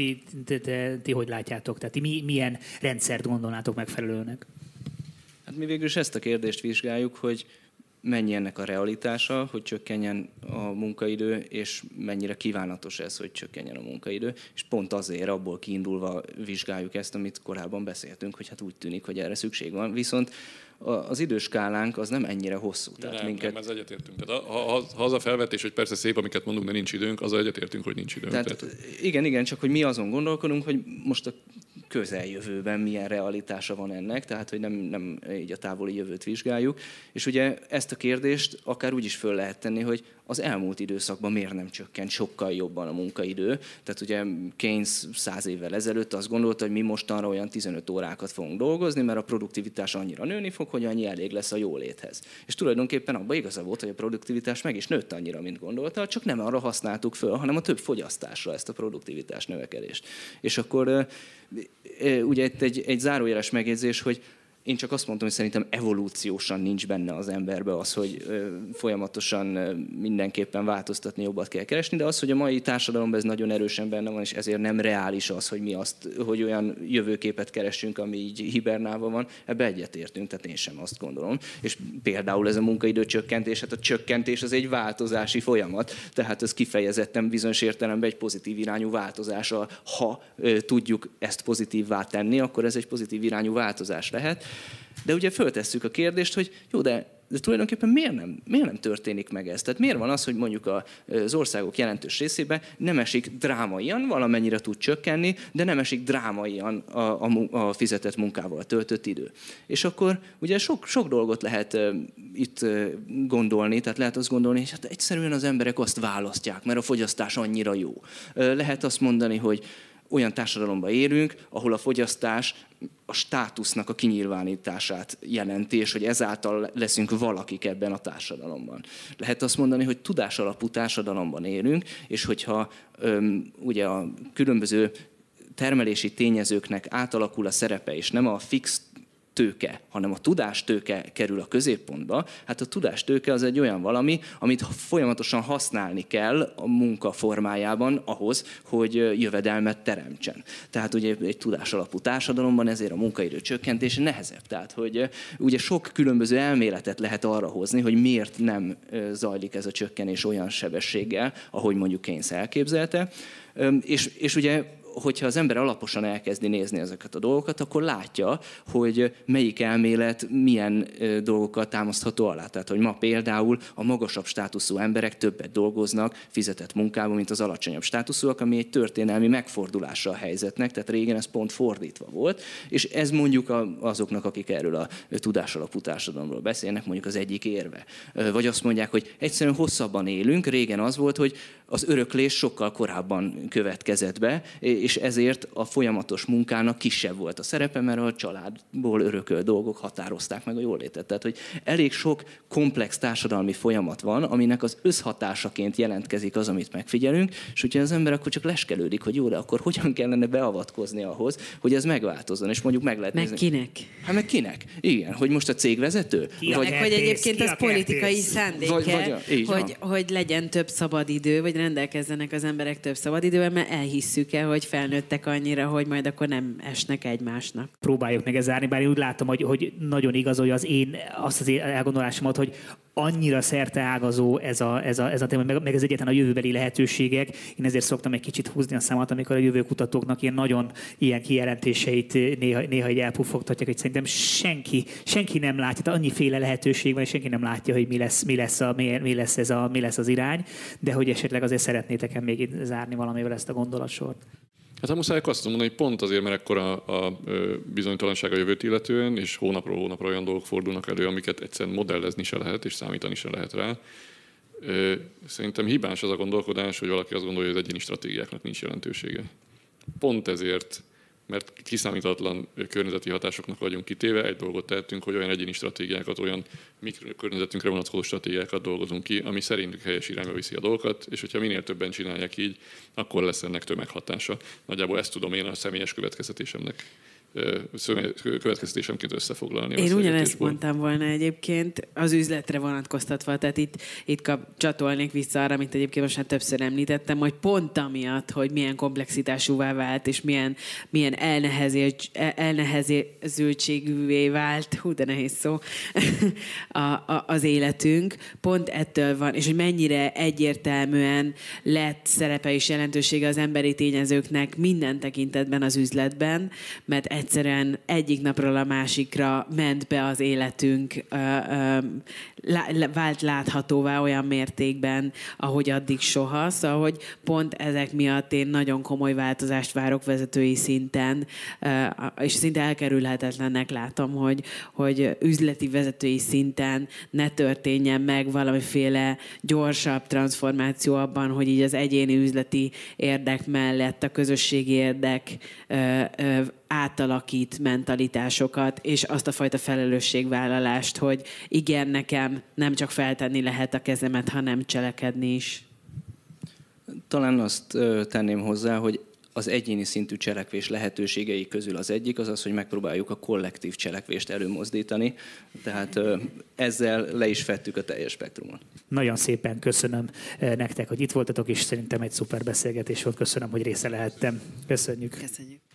Ti hogy látjátok? Tehát ti milyen rendszert gondolnátok megfelelőnek? Hát mi végül is ezt a kérdést vizsgáljuk, hogy mennyi ennek a realitása, hogy csökkenjen a munkaidő, és mennyire kívánatos ez, hogy csökkenjen a munkaidő. És pont azért abból kiindulva vizsgáljuk ezt, amit korábban beszéltünk, hogy hát úgy tűnik, hogy erre szükség van. Viszont az időskálánk az nem ennyire hosszú. Tehát nem, ez egyetértünk. Tehát ha az a felvetés, hogy persze szép, amiket mondunk, de nincs időnk, azzal egyetértünk, hogy nincs időnk. Tehát, igen, csak hogy mi azon gondolkodunk, hogy most a közeljövőben milyen realitása van ennek, tehát hogy nem így a távoli jövőt vizsgáljuk. És ugye ezt a kérdést akár úgy is föl lehet tenni, hogy az elmúlt időszakban miért nem csökkent sokkal jobban a munkaidő. Tehát ugye Keynes 100 évvel ezelőtt azt gondolta, hogy mi mostanra olyan 15 órákat fogunk dolgozni, mert a produktivitás annyira nőni fog, hogy annyi elég lesz a jóléthez. És tulajdonképpen abban igaza volt, hogy a produktivitás meg is nőtt annyira, mint gondolta, csak nem arra használtuk föl, hanem a több fogyasztásra ezt a produktivitás növekedést. És akkor ugye itt egy zárójeles megjegyzés, hogy én csak azt mondtam, hogy szerintem evolúciósan nincs benne az emberbe az, hogy folyamatosan mindenképpen változtatni, jobbat kell keresni, de az, hogy a mai társadalomban ez nagyon erősen benne van, és ezért nem reális az, hogy olyan jövőképet keressünk, ami így hibernálva van, ebbe egyetértünk, tehát én sem azt gondolom. És például ez a munkaidő csökkentés, hát a csökkentés az egy változási folyamat, tehát ez kifejezetten bizonyos értelemben egy pozitív irányú változás. Ha tudjuk ezt pozitívvá tenni, akkor ez egy pozitív irányú változás lehet. De ugye föltesszük a kérdést, hogy jó, de tulajdonképpen miért nem történik meg ez? Tehát miért van az, hogy mondjuk az országok jelentős részében nem esik drámaian, valamennyire tud csökkenni, de nem esik drámaian a fizetett munkával töltött idő. És akkor ugye sok dolgot lehet itt gondolni, tehát lehet azt gondolni, hogy hát egyszerűen az emberek azt választják, mert a fogyasztás annyira jó. Lehet azt mondani, hogy olyan társadalomban élünk, ahol a fogyasztás a státusznak a kinyilvánítását jelenti, és hogy ezáltal leszünk valakik ebben a társadalomban. Lehet azt mondani, hogy tudásalapú társadalomban élünk, és hogyha ugye a különböző termelési tényezőknek átalakul a szerepe, és nem a fix tőke, hanem a tudástőke kerül a középpontba. Hát a tudástőke az egy olyan valami, amit folyamatosan használni kell a munka formájában ahhoz, hogy jövedelmet teremtsen. Tehát ugye egy tudásalapú társadalomban ezért a munkaidő csökkentése nehezebb. Tehát hogy ugye sok különböző elméletet lehet arra hozni, hogy miért nem zajlik ez a csökkenés olyan sebességgel, ahogy mondjuk Keynes elképzelte. És ugye hogyha az ember alaposan elkezdi nézni ezeket a dolgokat, akkor látja, hogy melyik elmélet milyen dolgokkal támasztható alá. Tehát, hogy ma például a magasabb státuszú emberek többet dolgoznak fizetett munkában, mint az alacsonyabb státuszúak, ami egy történelmi megfordulása a helyzetnek, tehát régen ez pont fordítva volt, és ez mondjuk azoknak, akik erről a tudásalapú társadalomról beszélnek, mondjuk az egyik érve. Vagy azt mondják, hogy egyszerűen hosszabban élünk, régen az volt, hogy az öröklés sokkal korábban következett be, és ezért a folyamatos munkának kisebb volt a szerepe, mert a családból örökölt dolgok határozták meg a jólétet. Tehát, hogy elég sok komplex társadalmi folyamat van, aminek az összhatásaként jelentkezik az, amit megfigyelünk, és ugye az ember akkor csak leskelődik, hogy jó, de akkor hogyan kellene beavatkozni ahhoz, hogy ez megváltozzon, és mondjuk meg lehet nézni. Meg kinek? Hát meg kinek? Igen, hogy most a cégvezető? Vagy hogy egyébként az politikai szándéke, hogy legyen több szabadidő, vagy rendelkezzenek az emberek több szabadidővel, mert elhisszük el, hogy felnőttek annyira, hogy majd akkor nem esnek egymásnak. Próbáljuk meg ezt zárni, bár én úgy látom, hogy nagyon igazolja azt az elgondolásomat, hogy annyira szerteágazó ez a téma, meg ez egyetlen a jövőbeli lehetőségek. Én ezért szoktam egy kicsit húzni a számat, amikor a jövőkutatóknak ilyen nagyon ilyen kijelentéseit néha így elpuffogtatják, hogy szerintem senki nem látja, tehát annyiféle lehetőség van, és senki nem látja, hogy mi lesz az irány, de hogy esetleg azért szeretnétek még itt zárni valamivel ezt a gondolatsort. Hát ha muszáj azt mondani, hogy pont azért, mert ekkora a bizonytalanság a jövőt illetően, és hónapról hónapra olyan dolgok fordulnak elő, amiket egyszerűen modellezni se lehet, és számítani se lehet rá. Szerintem hibás az a gondolkodás, hogy valaki azt gondolja, hogy az egyéni stratégiáknak nincs jelentősége. Pont ezért, mert kiszámíthatatlan környezeti hatásoknak vagyunk kitéve, egy dolgot tehetünk, hogy olyan egyéni stratégiákat, olyan mikrokörnyezetünkre vonatkozó stratégiákat dolgozunk ki, ami szerintük helyes irányba viszi a dolgokat, és hogyha minél többen csinálják így, akkor lesz ennek tömeghatása. Nagyjából ezt tudom én a személyes következtetésemnek következtetésemként összefoglalni. Én ugyanezt mondtam volna egyébként, az üzletre vonatkoztatva, tehát itt csatolnék vissza arra, amit egyébként most már többször említettem, hogy pont amiatt, hogy milyen komplexitásúvá vált, és milyen elnehezültségűvé vált, de nehéz szó, az életünk, pont ettől van, és hogy mennyire egyértelműen lett szerepe és jelentősége az emberi tényezőknek minden tekintetben az üzletben, mert egyszerűen egyik napról a másikra ment be az életünk, vált láthatóvá olyan mértékben, ahogy addig soha. Szóval, hogy pont ezek miatt én nagyon komoly változást várok vezetői szinten, és szinte elkerülhetetlennek látom, hogy üzleti vezetői szinten ne történjen meg valamiféle gyorsabb transformáció abban, hogy így az egyéni üzleti érdek mellett a közösségi érdek átalakít mentalitásokat, és azt a fajta felelősségvállalást, hogy igen, nekem nem csak feltenni lehet a kezemet, hanem cselekedni is. Talán azt tenném hozzá, hogy az egyéni szintű cselekvés lehetőségei közül az egyik az, hogy megpróbáljuk a kollektív cselekvést előmozdítani. Tehát ezzel le is fettük a teljes spektrumon. Nagyon szépen köszönöm nektek, hogy itt voltatok, és szerintem egy szuper beszélgetés volt. Köszönöm, hogy része lehettem. Köszönjük. Köszönjük.